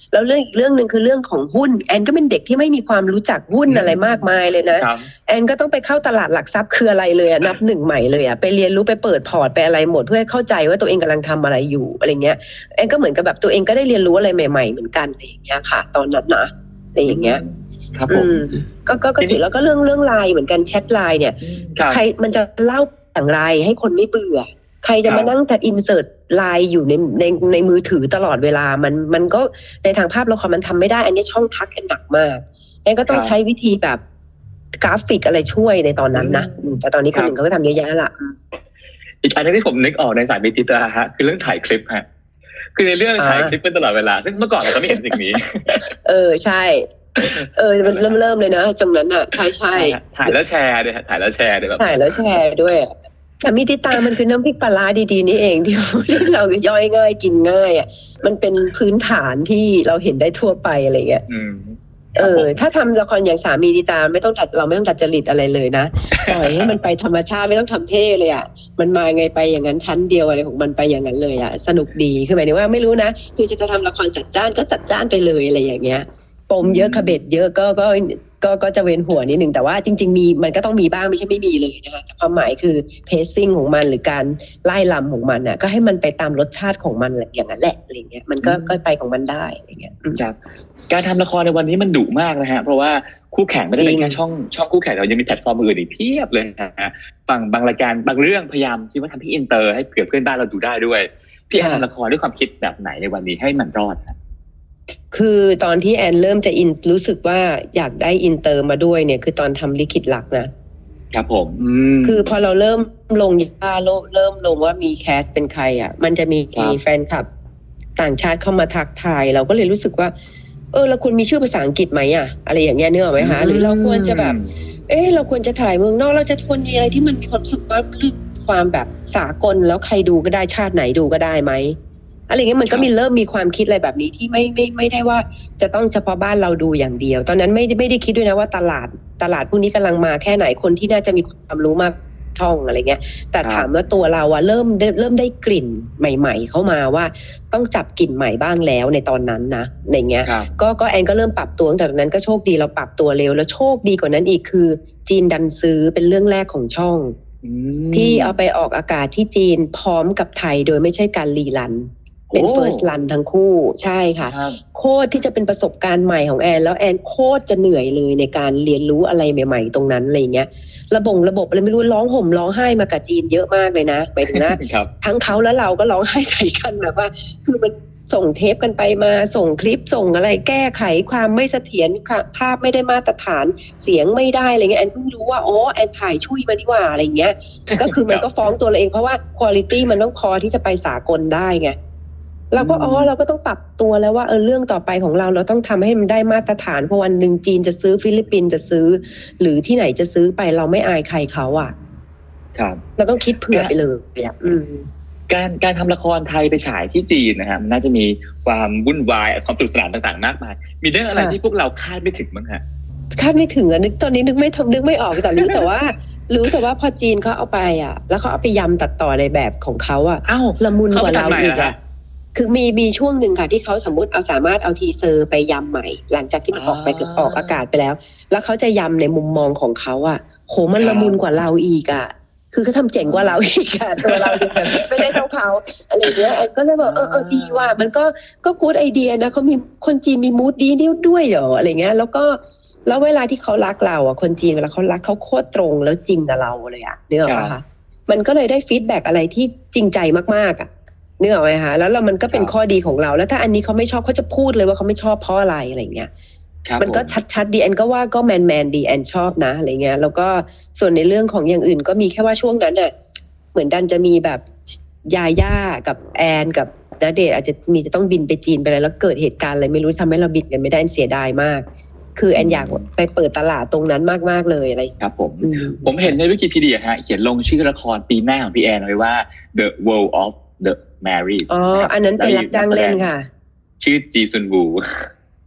แล้วเรื่องอีกเรื่องนึงคือเรื่องของหุ้นแอนก็เป็นเด็กที่ไม่มีความรู้จักหุ้นอะไรมากมายเลยนะแอนก็ต้องไปเข้าตลาดหลักทรัพย์คืออะไรเลยนับหนึ่งใหม่เลยไปเรียนรู้ไปเปิดพอร์ตไปอะไรหมดเพื่อเข้าใจว่าตัวเองกำลังทำอะไรอยู่อะไรเงี้ยแอนก็เหมือนกับแบบตัวเองก็ได้เรียนรู้อะไรใหม่ๆเหมือนกันอะไรอย่างเงี้ยค่ะตอนนั้นนะอะไรอย่างเงี้ยครับผมก็ถือแล้วก็เรื่องไลน์เหมือนกันแชทไลน์เนี่ยใครมันจะเล่าอย่างไรให้คนไม่เบื่อใครจะมานั่งแต่อินเสิร์ตไลน์อยู่ในมือถือตลอดเวลามันก็ในทางภาพละครมันทำไม่ได้อันนี้ช่องทักกันหนักมากแอนก็ต้องใช้วิธีแบบกราฟิกอะไรช่วยในตอนนั้นนะแต่ตอนนี้คนอื่นเขาก็ทำเยอะแยะละอีกอันนึงที่ผมนึกออกในสายมิติตราฮะคือเรื่องถ่ายคลิปฮะคือในเรื่องถ่ายคลิปเป็นตลอดเวลาซึ่งเมื่อก่อนเราก็ไม่เห็นสิ่งนี้ใช่มันเริ่มเลยนะจังนั้นอ่ะใช่ถ่ายแล้วแชร์ด้วยถ่ายแล้วแชร์ด้วยแบบถ่ายแล้วแชร์ด้วยแต่มิติตามันคือน้ำพริกปลาร้าดีๆนี่เองที่เราย่อยง่ายกินง่ายอ่ะมันเป็นพื้นฐานที่เราเห็นได้ทั่วไปอะไรเงี้ยถ้าทำละครอย่างสามีติตาไม่ต้องเราไม่ต้องดัดจริตอะไรเลยนะปล่อยให้มันไปธรรมชาติไม่ต้องทำเท่เลยอ่ะมันมาไงไปอย่างนั้นชั้นเดียวอะไรของมันไปอย่างนั้นเลยอ่ะสนุกดีคือหมายถึงว่าไม่รู้นะคือจะทำละครจัดจ้านก็จัดจ้านไปเลยอะไรอย่างเงี้ยปมเยอะขบเบ็ดเยอะก็จะเวียนหัวนิดนึงแต่ว่าจริงๆมีมันก็ต้องมีบ้างไม่ใช่ไม่มีเลยนะคะแต่ความหมายคือเพซซิ่งของมันหรือการไล่ลำของมันน่ะก็ให้มันไปตามรสชาติของมันอย่างนั้นแหละอะไรเงี้ยมันก็ไปของมันได้อะไรเงี้ยครับการทำละครในวันนี้มันดุมากนะฮะเพราะว่าคู่แข่งไม่ได้เป็นแค่ช่องคู่แข่งเรายังมีแพลตฟอร์มอื่นอีกเพียบเลยนะฮะบางรายการบางเรื่องพยายามที่ว่าทำให้อินเตอร์ให้เผื่อเพื่อนบ้านเราดูได้ด้วยพี่แอนทำละครด้วยความคิดแบบไหนในวันนี้ให้มันรอดคือตอนที่แอนเริ่มจะรู้สึกว่าอยากได้อินเตอร์มาด้วยเนี่ยคือตอนทำลิขิตรักนะครับผมคือพอเราเริ่มลงเริ่มลงว่ามีแคสเป็นใครอ่ะมันจะมีแฟนคลับต่างชาติเข้ามาทักทายเราก็เลยรู้สึกว่าเราควรมีชื่อภาษาอังกฤษไหมอ่ะอะไรอย่างเงี้ยเนื้อไหมคะหรือเราควรจะแบบเราควรจะถ่ายเมืองนอกเราจะควรมีอะไรที่มันมีความรู้สึกว่าความแบบสากลแล้วใครดูก็ได้ชาติไหนดูก็ได้ไหมอะไรเงี้ยมันก็เริ่มมีความคิดอะไรแบบนี้ที่ไม่ได้ว่าจะต้องเฉพาะบ้านเราดูอย่างเดียวตอนนั้นไม่ได้คิดด้วยนะว่าตลาดพวกนี้กำลังมาแค่ไหนคนที่น่าจะมีความรู้มากท่องอะไรเงี้ยแต่ถามว่าตัวเราอะเริ่มได้กลิ่นใหม่ๆเข้ามาว่าต้องจับกลิ่นใหม่บ้างแล้วในตอนนั้นนะในเงี้ยก็แอนก็เริ่มปรับตัวตั้งแต่ตอนนั้นก็โชคดีเราปรับตัวเร็วแล้วโชคดีกว่านั้นอีกคือจีนดันซื้อเป็นเรื่องแรกของช่องที่เอาไปออกอากาศที่จีนพร้อมกับไทยโดยไม่ใช่การรีรันเป็น first run ทั้งคู่ใช่ค่ะโคตรที่จะเป็นประสบการณ์ใหม่ของแอนแล้วแอนโคตรจะเหนื่อยเลยในการเรียนรู้อะไรใหม่ๆตรงนั้นอะไรเงี้ยระบบอะไรไม่รู้ร้องห่มร้องไห้มากับจีนเยอะมากเลยนะหมายถึงนะทั้งเขาและเราก็ร้องไห้ใส่กันแบบว่าคือมันส่งเทปกันไปมาส่งคลิปส่งอะไรแก้ไขความไม่เสถียรภาพไม่ได้มาตรฐานเสียงไม่ได้อะไรเงี้ยแอนเพิ่งรู้ว่าแอนถ่ายช่วยมาดีกว่าอะไรเงี้ยก็คือมันก็ฟ้องตัวเราเองเพราะว่าควอลิตี้มันต้องพอที่จะไปสากลได้ไงเราก็ต้องปรับตัวแล้วว่าเรื่องต่อไปของเราต้องทำให้มันได้มาตรฐานเพราะวันหนึ่งจีนจะซื้อฟิลิปปินส์จะซื้อหรือที่ไหนจะซื้อไปเราไม่อายใครเขาอ่ะครับเราต้องคิดเผื่อไปเลยอ่ะการทำละครไทยไปฉายที่จีนนะฮะมันน่าจะมีความวุ่นวายความสนุกสนานต่างๆมากมายมีเรื่องอะไรที่พวกเราคาดไม่ถึงบ้างฮะคาดไม่ถึงนึกตอนนี้นึกไม่ออกแต่รู้แต่ว่าพอจีนเขาเอาไปอ่ะแล้วเขาเอาไปยำตัดต่อในแบบของเขาอ่ะละมุนกว่าเราอีกอ่ะคือมีช่วงหนึ่งค่ะที่เขาสามารถเอาทีเซอร์ไปยำใหม่หลังจากที่มันออกอากาศไปแล้วเขาจะยำในมุมมองของเขาอ่ะโหมันละมุนกว่าเราอีกอ่ะคือเขาทำเจ๋งกว่าเราอีกอ่ะตัวเราแบบไม่ได้เท่าเขาอะไรเงี้ยก็เลยบอกดีว่ะมันก็กู๊ดไอเดียนะเขามีคนจีนมีมูดดีนี่ด้วยเหรออะไรเงี้ยแล้วเวลาที่เขารักเราอ่ะคนจีนเวลาเขารักเขาโคตรตรงแล้วจริงกับเราเลยอ่ะนึกออกป่ะคะมันก็เลยได้ฟีดแบ็กอะไรที่จริงใจมากๆอ่ะนึกออกไหมคะแล้วมันก็เป็นข้อดีของเราแล้วถ้าอันนี้เขาไม่ชอบเขาจะพูดเลยว่าเขาไม่ชอบเพราะอะไรอะไรเงี้ยมันก็ชัดดีแอนก็ว่าก็แมนดีแอนชอบนะอะไรเงี้ยแล้วก็ส่วนในเรื่องของอย่างอื่นก็มีแค่ว่าช่วงนั้นเนี่ยเหมือนดันจะมีแบบยาย่ากับแอนกับณเดชน์อาจจะจะต้องบินไปจีนไปแล้วเกิดเหตุการณ์อะไรไม่รู้ทำให้เราบินกันไม่ได้เสียดายมากคือแอนอยากไปเปิดตลาดตรงนั้นมากๆเลยอะไรครับผมเห็นในวิกิพีเดียฮะเขียนลงชื่อละครปีหน้าของพี่แอนไว้ว่า The World of the Married อันนั้นเป็นรับจ้างเล่นค่ะชื่อจีซุนวู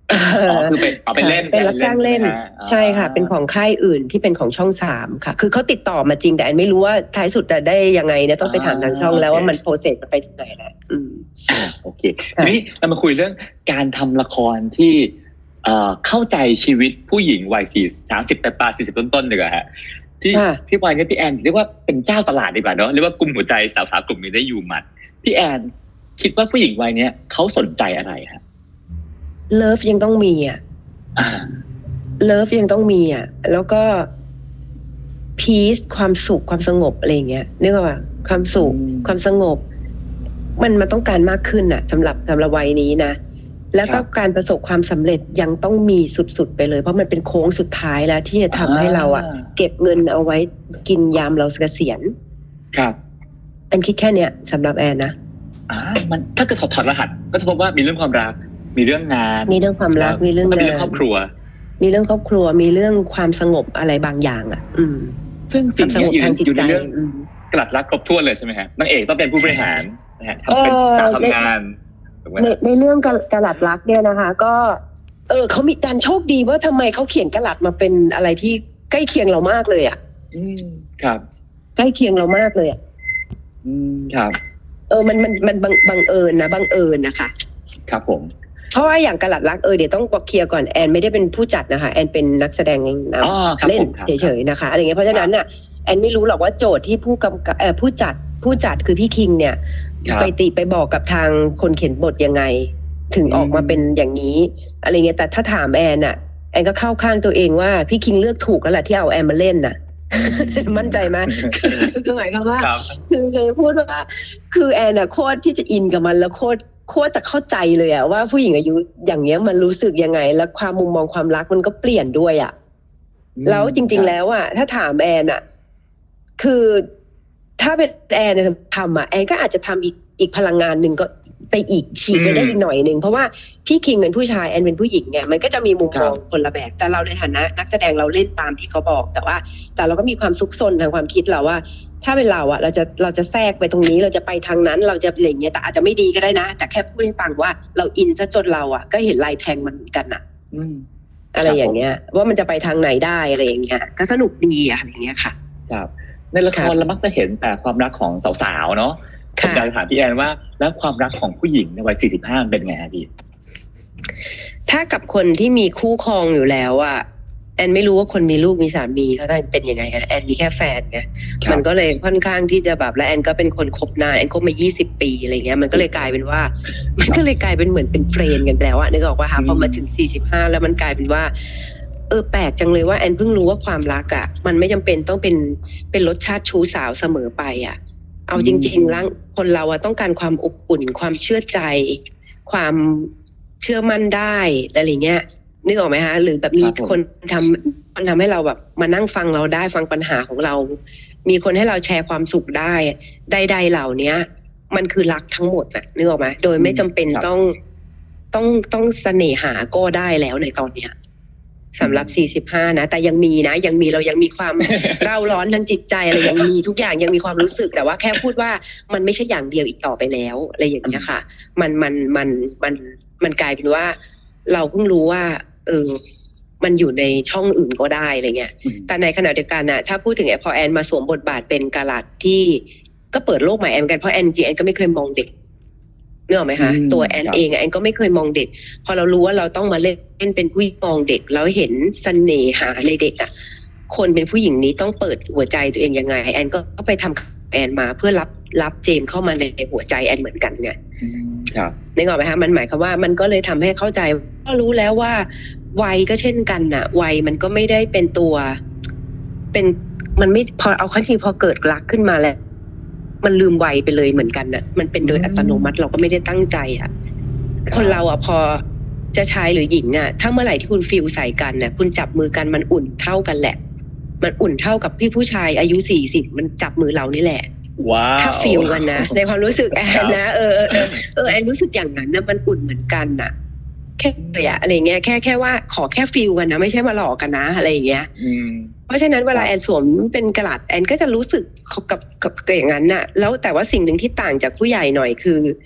คือเป็นเอาไปเล่นเป็นรับจ้างเล่นใช่ไหมฮะใช่ค่ะเป็นของค่ายอื่นที่เป็นของช่อง3ค่ะคือเขาติดต่อมาจริงแต่แอนไม่รู้ว่าท้ายสุดจะได้ยังไงเนี่ยต้องไปถามทางช่องแล้วว่ามันโปรเซสไปถึงไหนแล้วโอเคทีนี้เรามาคุยเรื่องการทำละครที่เข้าใจชีวิตผู้หญิงวัย30ปลาย40ต้นๆดีกว่าฮะที่วัยนี้พี่แอนเรียกว่าเป็นเจ้าตลาดดีกว่าเนาะเรียกว่ากุมหัวใจสาวๆกลุ่มนี้ได้อยู่หมัดพี่แอนคิดว่าผู้หญิงวัยนี้เขาสนใจอะไรฮะเลิฟยังต้องมีเลิฟยังต้องมีแล้วก็พีซความสุขความสงบอะไรเงี้ยนึกว่าความสุขความสงบมันต้องการมากขึ้นสำหรับวัยนี้นะแล้วก็การประสบความสำเร็จยังต้องมีสุดๆไปเลยเพราะมันเป็นโค้งสุดท้ายแล้วที่จะทำให้เราเก็บเงินเอาไว้กินยามเราเกษียณครับแอนคิดแค่เนี้ยสำหรับแอนนะมันถ้าเกิดถอดรหัสก็จะพบว่ามีเรื่องความรักมีเรื่องงานมีเรื่องความรักมีเรื่องงานมีเรื่องครอบครัวมีเรื่องครอบครัวมีเรื่องความสงบอะไรบางอย่างซึ่งสิ่งนี้อยู่ในเรื่องกลัดรักครบถ้วนเลยใช่ไหมฮะนางเอกต้องเป็นผู้บริหารนะฮะทำเป็นสาวทำงานในเรื่องกลัดรักเนี่ยนะคะก็เขามีการโชคดีว่าทำไมเขาเขียนกลัดมาเป็นอะไรที่ใกล้เคียงเรามากเลยครับใกล้เคียงเรามากเลยครับมันบังเอิญนะคะครับผมเพราะว่าอย่างกลัดรักเดี๋ยวต้องเคลียร์ก่อนแอนไม่ได้เป็นผู้จัดนะคะแอนเป็นนักแสดงเล่นเฉยๆนะคะอะไรเงี้ยเพราะฉะนั้นน่ะแอนไม่รู้หรอกว่าโจทย์ที่ผู้จัดคือพี่คิงเนี่ยไปบอกกับทางคนเขียนบทยังไงถึงออกมาเป็นอย่างนี้อะไรเงี้ยแต่ถ้าถามแอนแอนก็เข้าข้างตัวเองว่าพี่คิงเลือกถูกแล้วแหละที่เอาแอนมาเล่นมั่นใจไหมคือหมายความว่าคือเคยพูดว่าคือแอนโคตรที่จะอินกับมันแล้วโคตรจะเข้าใจเลยว่าผู้หญิงอายุอย่างเงี้ยมันรู้สึกยังไงแล้วความมุมมองความรักมันก็เปลี่ยนด้วยแล้วจริงๆแล้วถ้าถามแอนคือถ้าเป็นแอนทำแอนก็อาจจะทำอีกพลังงานหนึ่งก็ไปอีกฉีกไปได้อีกหน่อยนึงเพราะว่าพี่คิงเป็นผู้ชายแอนเป็นผู้หญิงเนี่ยมันก็จะมีมุมมองคนละแบบแต่เราในฐานะนักแสดงเราเล่นตามที่เขาบอกแต่เราก็มีความซุกซนทางความคิดเราว่าถ้าเป็นเราเราจะแทรกไปตรงนี้เราจะไปทางนั้นเราจะอะไรอย่างเงี้ยแต่อาจจะไม่ดีก็ได้นะแต่แค่พูดให้ฟังว่าเราอินซะจนเราก็เห็นลายแทงมันเหมือนกันอะไรอย่างเงี้ยว่ามันจะไปทางไหนได้อะไรอย่างเงี้ยก็สนุกดีอะไรอย่างเงี้ยค่ะครับในละครเรามักจะเห็นแต่ความรักของสาวๆเนาะผมอยากถามพี่แอนว่าแล้วความรักของผู้หญิงในวัย45เป็นไงพี่ถ้ากับคนที่มีคู่ครองอยู่แล้วแอนไม่รู้ว่าคนมีลูกมีสามีเขาเป็นยังไงกันแอนมีแค่แฟนไงมันก็เลยค่อนข้างที่จะแบบและแอนก็เป็นคนคบนานแอนคบมา20 ปีอะไรเงี้ยมันก็เลยกลายเป็นว่ามันก็เลยกลายเป็นเหมือนเป็นเฟรนด์กันแล้วนึกออกป่ะคะพอมาถึง45แล้วมันกลายเป็นว่าแปลกจังเลยว่าแอนเพิ่งรู้ว่าความรักมันไม่จำเป็นต้องเป็นรสชาติชู้สาวเสมอไปเอาจริงๆแล้วคนเราต้องการความอบอุ่นความเชื่อใจความเชื่อมั่นได้อะไรเงี้ยนึกออกไหมคะหรือแบบมีคนทำให้เราแบบมานั่งฟังเราได้ฟังปัญหาของเรามีคนให้เราแชร์ความสุขได้ใดๆเหล่านี้มันคือรักทั้งหมดนึกออกไหมโดยไม่จำเป็นต้องเสน่หาก็ได้แล้วในตอนเนี้ยสำหรับ45นะแต่ยังมีเรายังมีความเร่าร้อนทางจิตใจอะไรยังมีทุกอย่างยังมีความรู้สึกแต่ว่าแค่พูดว่ามันไม่ใช่อย่างเดียวอีกต่อไปแล้วอะไรอย่างเงี้ยค่ะมันกลายเป็นว่าเราเพิ่งรู้ว่ามันอยู่ในช่องอื่นก็ได้อะไรเงี้ยแต่ในขณะเดียวกันถ้าพูดถึงพอแอนมาสวมบทบาทเป็นกาลัดที่ก็เปิดโลกใหม่แอนกันเพราะแอนจริงแอนก็ไม่เคยมองเด็กนึกออกไหมคะตัวแอนเองแอนก็ไม่เคยมองเด็กพอเรารู้ว่าเราต้องมาเล่นเป็นผู้มองเด็กแล้วเห็นเสน่หาในเด็กคนเป็นผู้หญิงนี้ต้องเปิดหัวใจตัวเองยังไงแอนก็ไปทำแอนมาเพื่อรับเจมเข้ามาในหัวใจแอนเหมือนกันไงนึกออกไหมคะมันหมายความว่ามันก็เลยทำให้เข้าใจก็รู้แล้วว่าวัยก็เช่นกันวัยมันก็ไม่ได้เป็นตัวเป็นมันไม่พอเอาข้อจริงพอเกิดรักขึ้นมาแล้วมันลืมวัยไปเลยเหมือนกันมันเป็นโดยอัตโนมัติเราก็ไม่ได้ตั้งใจคนเราพอจะชายหรือหญิงถ้าเมื่อไหร่ที่คุณฟีลใส่กันคุณจับมือกันมันอุ่นเท่ากันแหละมันอุ่นเท่ากับพี่ผู้ชายอายุ40มันจับมือเรานี่แหละถ้าฟีลกันนะในความรู้สึกแอนนะแอนรู้สึกอย่างนั้นมันอุ่นเหมือนกันแค่อะไรเงี้ยแค่ว่าขอแค่ฟีลกันนะไม่ใช่มาหลอกกันนะอะไรอย่างเงี้ยเพราะฉะนั้นเวลาแอนสวมเป็นกะลัดแอนก็จะรู้สึกกับอย่างนั้นแล้วแต่ว่าสิ่งหนึ่งที่ต่างจากผู้ใหญ่หน่อยคือ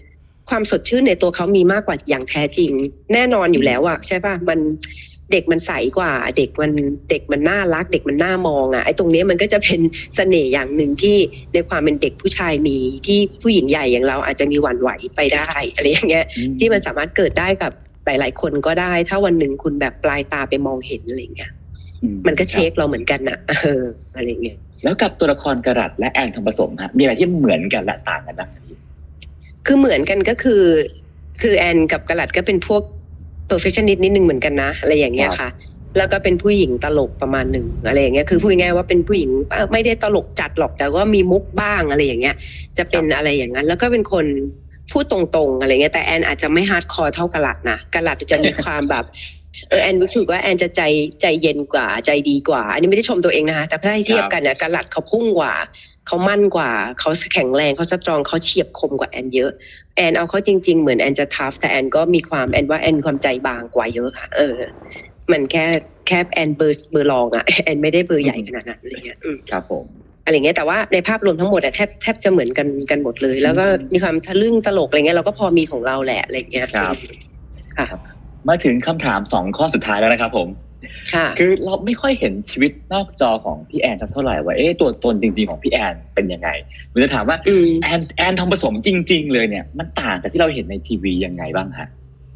ความสดชื่นในตัวเขามีมากกว่าอย่างแท้จริงแน่นอนอยู่แล้วอะใช่ป่ะมันเด็กมันใสกว่าเด็กมันน่ารักเด็กมันน่ามองอะไอ้ตรงนี้มันก็จะเป็นเสน่ห์อย่างหนึ่งที่ในความเป็นเด็กผู้ชายมีที่ผู้หญิงใหญ่อย่างเราอาจจะมีหวั่นไหวไปได้อะไรอย่างเงี้ยที่มันสามารถเกิดได้กับหลายๆคนก็ได้ถ้าวันหนึ่งคุณแบบปลายตาไปมองเห็นอะไรอย่างเงี้ยมันก็เช็คเราเหมือนกันนะอะไรอย่างเงี้ยแล้วกับตัวละครกรัตและแอนทองผสมฮะมีอะไรที่เหมือนกันและต่างกันบ้างครับพี่คือเหมือนกันก็คือแอนกับกรัตก็เป็นพวกperfectionist นิดนึงเหมือนกันนะอะไรอย่างเงี้ยค่ะแล้วก็เป็นผู้หญิงตลกประมาณหนึ่งอะไรอย่างเงี้ยคือพูดง่ายๆว่าเป็นผู้หญิงไม่ได้ตลกจัดหรอกแต่ว่ามีมุกบ้างอะไรอย่างเงี้ยจะเป็นอะไรอย่างนั้นแล้วก็เป็นคนพูดตรงๆอะไรเงี้ยแต่แอนอาจจะไม่ฮาร์ดคอร์เท่ากรัตนะกรัตจะมีความแบบแอนรู้สึกว่าแอนจะใจเย็นกว่าใจดีกว่าอันนี้ไม่ได้ชมตัวเองนะคะแต่ถ้าให้เทียบกันเนี่ยกรัตเขาพุ่งกว่าเขามั่นกว่าเขาแข็งแรงเขาสตรองเขาเฉียบคมกว่าแอนเยอะแอนเอาเขาจริงๆเหมือนแอนจะทัฟแต่แอนก็มีความแอนว่าแอนมีความใจบางกว่าเยอะค่ะมันแค่แอนเบอร์รองอะแอนไม่ได้เบอร์ใหญ่ขนาดนั้นอะไรเงี้ยครับผมอะไรเงี้ยแต่ว่าในภาพรวมทั้งหมดอะแทบจะเหมือนกันหมดเลยแล้วก็มีความทะลึ่งตลกอะไรเงี้ยเราก็พอมีของเราแหละอะไรเงี้ยครับมาถึงคำถาม2ข้อสุดท้ายแล้วนะครับผมคือเราไม่ค่อยเห็นชีวิตนอกจอของพี่แอนสักเท่าไหร่ว่าตัวตนจริงๆของพี่แอนเป็นยังไงผมจะถามว่าแอนทองผสมจริงๆเลยเนี่ยมันต่างจากที่เราเห็นในทีวียังไงบ้างฮะ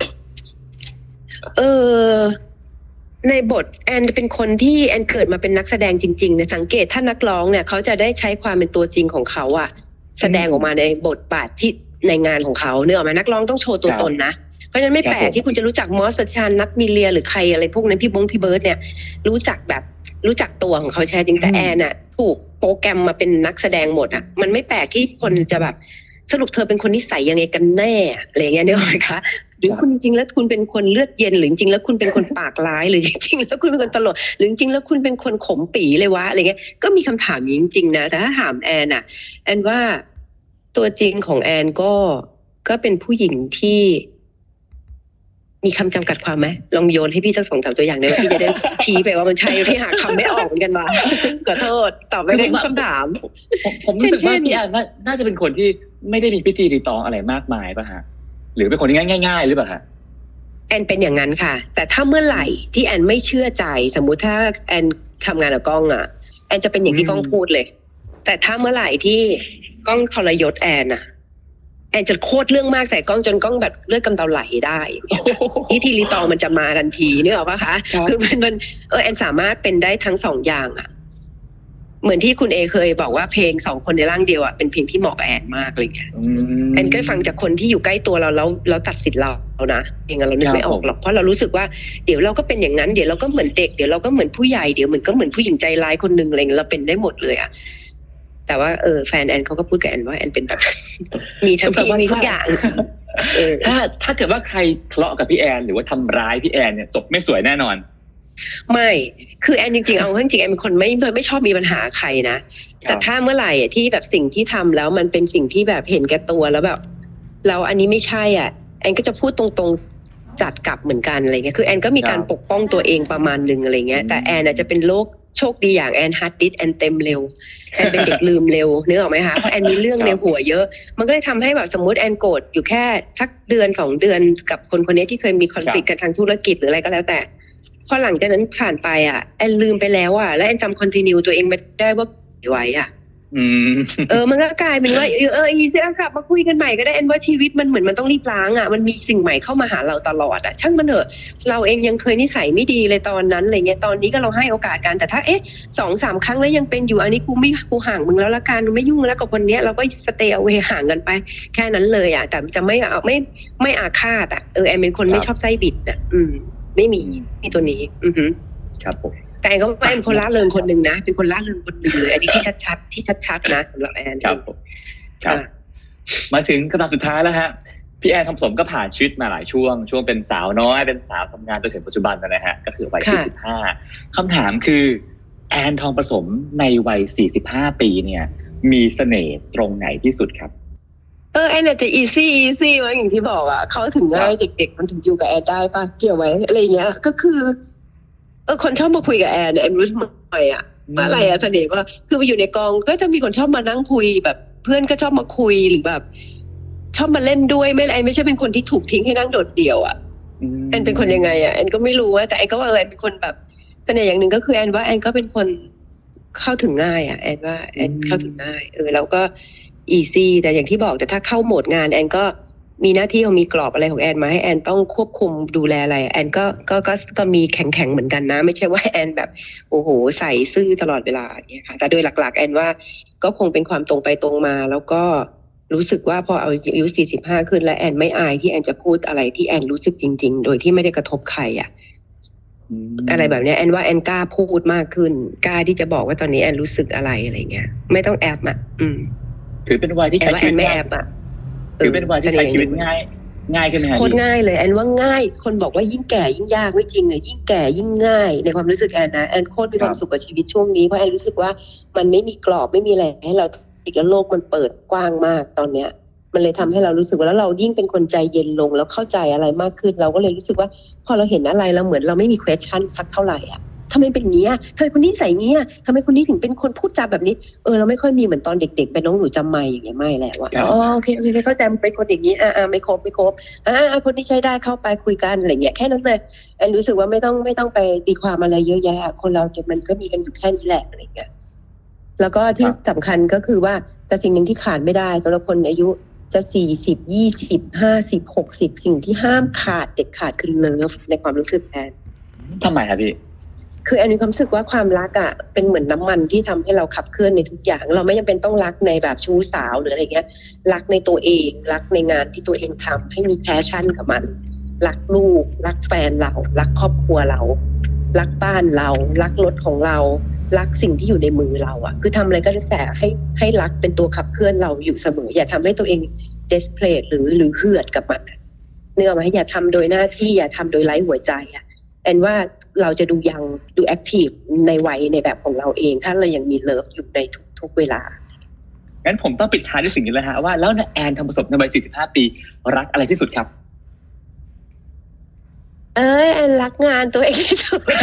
ในบทแอนเป็นคนที่แอนเกิดมาเป็นนักแสดงจริงๆเนี่ยสังเกตถ้านักร้องเนี่ยเขาจะได้ใช้ความเป็นตัวจริงของเขาอะแสดงออกมาในบทบาทที่ในงานของเขาเนื้อออกมานักร้องต้องโชว์ตัวตนนะเพราะฉะนั้นไม่แปลกที่คุณจะรู้จักมอสประชานนัทมีเลียหรือใครอะไรพวกนั้นพี่เบิร์ดเนี่ยรู้จักตัวของเขาแท้จริงแต่แอนอะถูกโปรแกรมมาเป็นนักแสดงหมดอะมันไม่แปลกที่คนจะแบบสรุปเธอเป็นคนนิสัยยังไงกันแน่อะไรเงี้ยเนี่ยไหมคะหรือคุณจริงแล้วคุณเป็นคนเลือดเย็นหรือจริงแล้วคุณเป็นคนปากร้ายหรือจริงแล้วคุณเป็นคนตลกหรือจริงแล้วคุณเป็นคนขมปีเลยวะอะไรเงี้ยก็มีคำถามนี้จริงๆนะแต่ถ้าถามแอนอะแอนว่าตัวจริงของแอนก็เป็นผู้หญิงที่มีคำจำกัดความไหมลองโยนให้พี่สัก2-3ตัวอย่างได้ไหมพี่จะได้ชี้ไปว่ามันใช่พี่หาคำไม่ออกเหมือนกันว่ะขอโทษตอบไม่ได้คำถามผมรู้สึกว่าพี่แอนน่าจะเป็นคนที่ไม่ได้มีพิธีรีตองอะไรมากมายป่ะฮะหรือเป็นคนง่ายๆหรือเปล่าฮะแอนเป็นอย่างนั้นค่ะแต่ถ้าเมื่อไหร่ที่แอนไม่เชื่อใจสมมุติถ้าแอนทำงานกับกล้องอ่ะแอนจะเป็นอย่างที่กล้องพูดเลยแต่ถ้าเมื่อไหร่ที่กล้องทรยศแอนจะโคตรเรื่องมากใส่กล้องจนกล้องแบบเลือดกำเดาไหลได้พิธีรีตองมันจะมากันทีนึกออกปะคะคือมันแอนสามารถเป็นได้ทั้ง2อย่างอ่ะเหมือนที่คุณเอเคยบอกว่าเพลง2คนในร่างเดียวอ่ะเป็นเพลงที่เหมาะกับแอนมากเลยแอนก็ฟังจากคนที่อยู่ใกล้ตัวเราตัดสินเรานะเองเรานึกไม่ออกหรอกเพราะเรารู้สึกว่าเดี๋ยวเราก็เป็นอย่างนั้นเดี๋ยวเราก็เหมือนเด็กเดี๋ยวเราก็เหมือนผู้ใหญ่เดี๋ยวมันก็เหมือนผู้หญิงใจร้ายคนนึงอะไรเงี้ยเราเป็นได้หมดเลยอ่ะแต่ว่าแฟนแอนเขาก็พูดกับแอนว่าแอนเป็นแบบมีทั้งที่มีทุกอย่างถ้าเกิดว่าใครทะเลาะกับพี่แอนหรือว่าทำร้ายพี่แอนเนี่ยศพไม่สวยแน่นอนไม่คือแอนจริงๆเอาจริงๆแอนเป็นคนไม่ชอบมีปัญหาใครนะแต่ถ้าเมื่อไหร่ที่แบบสิ่งที่ทำแล้วมันเป็นสิ่งที่แบบเห็นแก่ตัวแล้วแบบเราอันนี้ไม่ใช่แอนก็จะพูดตรงๆจัดกลับเหมือนกันอะไรเงี้ยคือแอนก็มีการปกป้องตัวเองประมาณนึงอะไรเงี้ยแต่แอนจะเป็นโรคโชคดีอย่างแอนฮาร์ดดิสก์แอนเต็มเร็วแอนเป็นเด็กลืมเร็วนึกออกไหมคะเพราะแอนมีเรื่องในหัวเยอะมันก็เลยทำให้แบบสมมติแอนโกรธอยู่แค่สักเดือน2เดือนกับคนนี้ที่เคยมีคอนฟลิกต์กันทางธุรกิจหรืออะไรก็แล้วแต่พอหลังจากนั้นผ่านไปแอนลืมไปแล้วแล้วแอนจำคอนติเนียตัวเองไม่ได้ว่าไว้มันก็กลายเป็นว่าอีเสียกลับมาคุยกันใหม่ก็ได้แอนว่าชีวิตมันเหมือนมันต้องรีบล้างมันมีสิ่งใหม่เข้ามาหาเราตลอดช่างมันเถอะเราเองยังเคยนิสัยไม่ดีเลยตอนนั้นอะไรเงี้ยตอนนี้ก็เราให้โอกาสกันแต่ถ้า2-3 ครั้งแล้วยังเป็นอยู่อันนี้กูห่างมึงแล้วละกันกูไม่ยุ่งแล้วกับคนนี้เราก็สเตย์เอาไว้ห่างกันไปแค่นั้นเลยแต่จะไม่อาฆาตแอนเป็นคนไม่ชอบไส้บิดไม่มีตัวนี้ครับผมแต่แอนก็เป็นคนล่าเริงคนหนึ่งนะเป็นคนล่าเริงคนหนึ่งเลยอันนี้ที่ชัดนะสำหรับแอนครับมาถึงคำถามสุดท้ายแล้วฮะพี่แอนทองผสมก็ผ่านชีวิตมาหลายช่วงเป็นสาวน้อยเป็นสาวทำงานจนถึงปัจจุบันนะฮะก็คือวัย45คำถามคือแอนทองผสมในวัย45 ปีเนี่ยมีเสน่ห์ตรงไหนที่สุดครับแอนอาจจะอีซี่ว่าอย่างที่บอกเขาถึงง่ายเด็กๆมันถึงอยู่กับแอนได้ป่ะเกี่ยวไหมอะไรเงี้ยก็คือคนชอบมาคุยกับแอนแอนรู้ทำไมว่าอะไรเสน่ห์ว่าคือไปอยู่ในกองก็จะมีคนชอบมานั่งคุยแบบเพื่อนก็ชอบมาคุยหรือแบบชอบมาเล่นด้วยแอนไม่ใช่เป็นคนที่ถูกทิ้งให้นั่งโดดเดี่ยวอ่ะแอนเป็นคนยังไงอ่ะแอนก็ไม่รู้ว่าแต่แอนก็ว่าแอนเป็นคนแบบเสน่ห์อย่างหนึ่งก็คือแอนว่าแอนก็เป็นคนเข้าถึงง่ายอ่ะแอนว่าแอนเข้าถึงง่ายแล้วก็อีซี่แต่อย่างที่บอกแต่ถ้าเข้าโหมดงานแอนก็มีหน้าที่มีกรอบอะไรของแอนมาให้แอนต้องควบคุมดูแลอะไรแอนก็มีแข็งเหมือนกันนะไม่ใช่ว่าแอนแบบโอ้โหใส่ซื่อตลอดเวลาอย่างเงี้ยค่ะแต่โดยหลักๆแอนว่าก็คงเป็นความตรงไปตรงมาแล้วก็รู้สึกว่าพออายุ45ขึ้นแล้วแอนไม่อายที่แอนจะพูดอะไรที่แอนรู้สึกจริงๆโดยที่ไม่ได้กระทบใครอ่ะอะไรแบบนี้แอนว่าแอนกล้าพูดมากขึ้นกล้าที่จะบอกว่าตอนนี้แอนรู้สึกอะไรเงี้ยไม่ต้องแอบอ่ะถือเป็นวัยที่ใช้ชีวิตไม่แอบอ่ะถือเป็นวัยที่ใช้ชีวิตง่ายขึ้นไหมฮะโคตรง่ายเลยแอนว่าง่ายคนบอกว่ายิ่งแก่ยิ่งยากไม่จริงเลยยิ่งแก่ยิ่งง่ายในความรู้สึกแอนนะแอนโคตรมีความสุขกับชีวิตช่วงนี้เพราะแอนรู้สึกว่ามันไม่มีกรอบไม่มีอะไรให้เราอีกแล้วโลกมันเปิดกว้างมากตอนเนี้ยมันเลยทำให้เรารู้สึกว่าแล้วเรายิ่งเป็นคนใจเย็นลงแล้วเข้าใจอะไรมากขึ้นเราก็เลยรู้สึกว่าพอเราเห็นอะไรเราเหมือนเราไม่มี question สักเท่าไหร่อ่ะทำไมเป็นอย่างนี้ทำไมคนนี้ใส่อย่างนี้ทำไมคนนี้ถึงเป็นคนพูดจาแบบนี้เราไม่ค่อยมีเหมือนตอนเด็กๆเป็นน้องหนูจำไม่อย่างเงี้ยไม่แล้วอะโอเคเข้าใจมันเป็นคนอย่างนี้ไม่ครบคนที่ใช้ได้เข้าไปคุยกันอะไรเงี้ยแค่นั้นเลยแอนรู้สึกว่าไม่ต้องไปตีความอะไรเยอะแยะคนเรามันก็มีกันอยู่แค่นี้แหละอะไรเงี้ยแล้วก็ที่สำคัญก็คือว่าแต่สิ่งหนึ่งที่ขาดไม่ได้สำหรับคนอายุจะ40 20 50 60สิ่งที่ห้ามขาดเด็ดขาดคือเลิฟในความรู้สึกแอนทำไมครับพี่คือแอนมีความรู้สึกว่าความรักอ่ะเป็นเหมือนน้ำมันที่ทำให้เราขับเคลื่อนในทุกอย่างเราไม่จำเป็นต้องรักในแบบชู้สาวหรืออะไรเงี้ยรักในตัวเองรักในงานที่ตัวเองทำให้มีแพชชั่นกับมันรักลูกรักแฟนเรารักครอบครัวเรารักบ้านเรารักรถของเรารักสิ่งที่อยู่ในมือเราอ่ะคือทำอะไรก็แล้วแต่ให้รักเป็นตัวขับเคลื่อนเราอยู่เสมออย่าทำให้ตัวเองdesperate หรือเหือดกับมันเนื่องมาอย่าทำโดยหน้าที่อย่าทำโดยไร้หัวใจอ่ะแอนว่าเราจะดูยังดูแอคทีฟในวัยในแบบของเราเองถ้าเรายังมีเลิฟอยู่ในทุกเวลางั้นผมต้องปิดท้ายด้วยสิ่งนี้เลยฮะว่าแล้วแอนทำประสบในวัย45ปีรักอะไรที่สุดครับแอนรักงานตัวเองที่สุด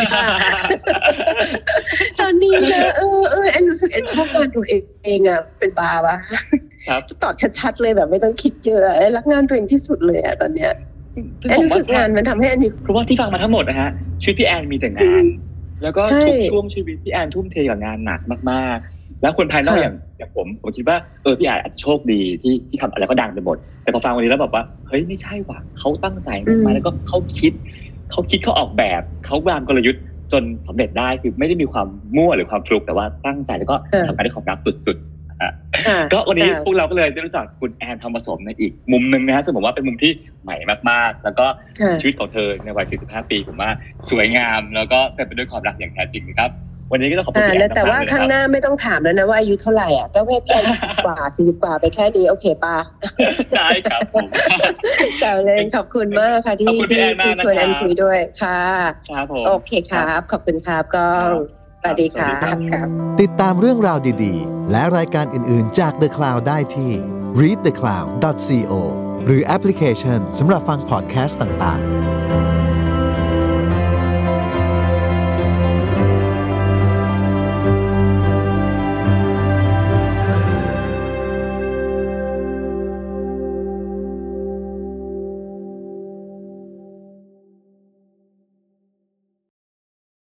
ตอนนี้นะแอนรู้สึกแอนชอบงานตัวเองอ่ะเป็นบ้าปะตอบชัดๆเลยแบบไม่ต้องคิดเยอะแอนรักงานตัวเองที่สุดเลยอ่ะตอนเนี้ยแอนรู้สึกงานมันทำให้แอนเพราะว่าที่ฟังมาทั้งหมดนะฮะชีวิตพี่แอนมีแต่งานแล้วก็ทุกช่วงชีวิตพี่แอนทุ่มเทกับงานหนักมากๆแล้วคนภายนอกอย่างผมคิดว่าพี่แอนอาจจะโชคดีที่ทำอะไรก็ดังไปหมดแต่พอฟังวันนี้แล้วแบบว่าเฮ้ยไม่ใช่ว่ะเขาตั้งใจมากแล้วก็เขาคิดเขาออกแบบเขาวางกลยุทธ์จนสำเร็จได้คือไม่ได้มีความมั่วหรือความฟลุกแต่ว่าตั้งใจแล้วก็ทำงานด้วยความรักสุดๆก็วันนี้พวกเราก็เลยได้รู้จักคุณแอนทองผสมในอีกมุมนึงนะฮะซึ่งผมว่าเป็นมุมที่ใหม่มากๆแล้วก็ชีวิตของเธอในวัย45ปีผมว่าสวยงามแล้วก็เต็มไปด้วยความรักอย่างแท้จริงนะครับวันนี้ก็ต้องขอบคุณพี่แอนมากๆเลยนะครับแต่ว่าครั้งหน้าไม่ต้องถามแล้วนะว่าอายุเท่าไหร่อ่ะก็แค่พี่แอน40 กว่าไปแค่นี้โอเคป่ะใช่ครับผมแซวเล่นขอบคุณมากค่ะที่ชวนแอนคุยด้วยค่ะโอเคครับขอบคุณครับก้องสวัสดีครับติดตามเรื่องราวดีๆและรายการอื่นๆจาก The Cloud ได้ที่ readthecloud.co หรือแอปพลิเคชันสำหรับฟังพอดแคสต์ต่างๆ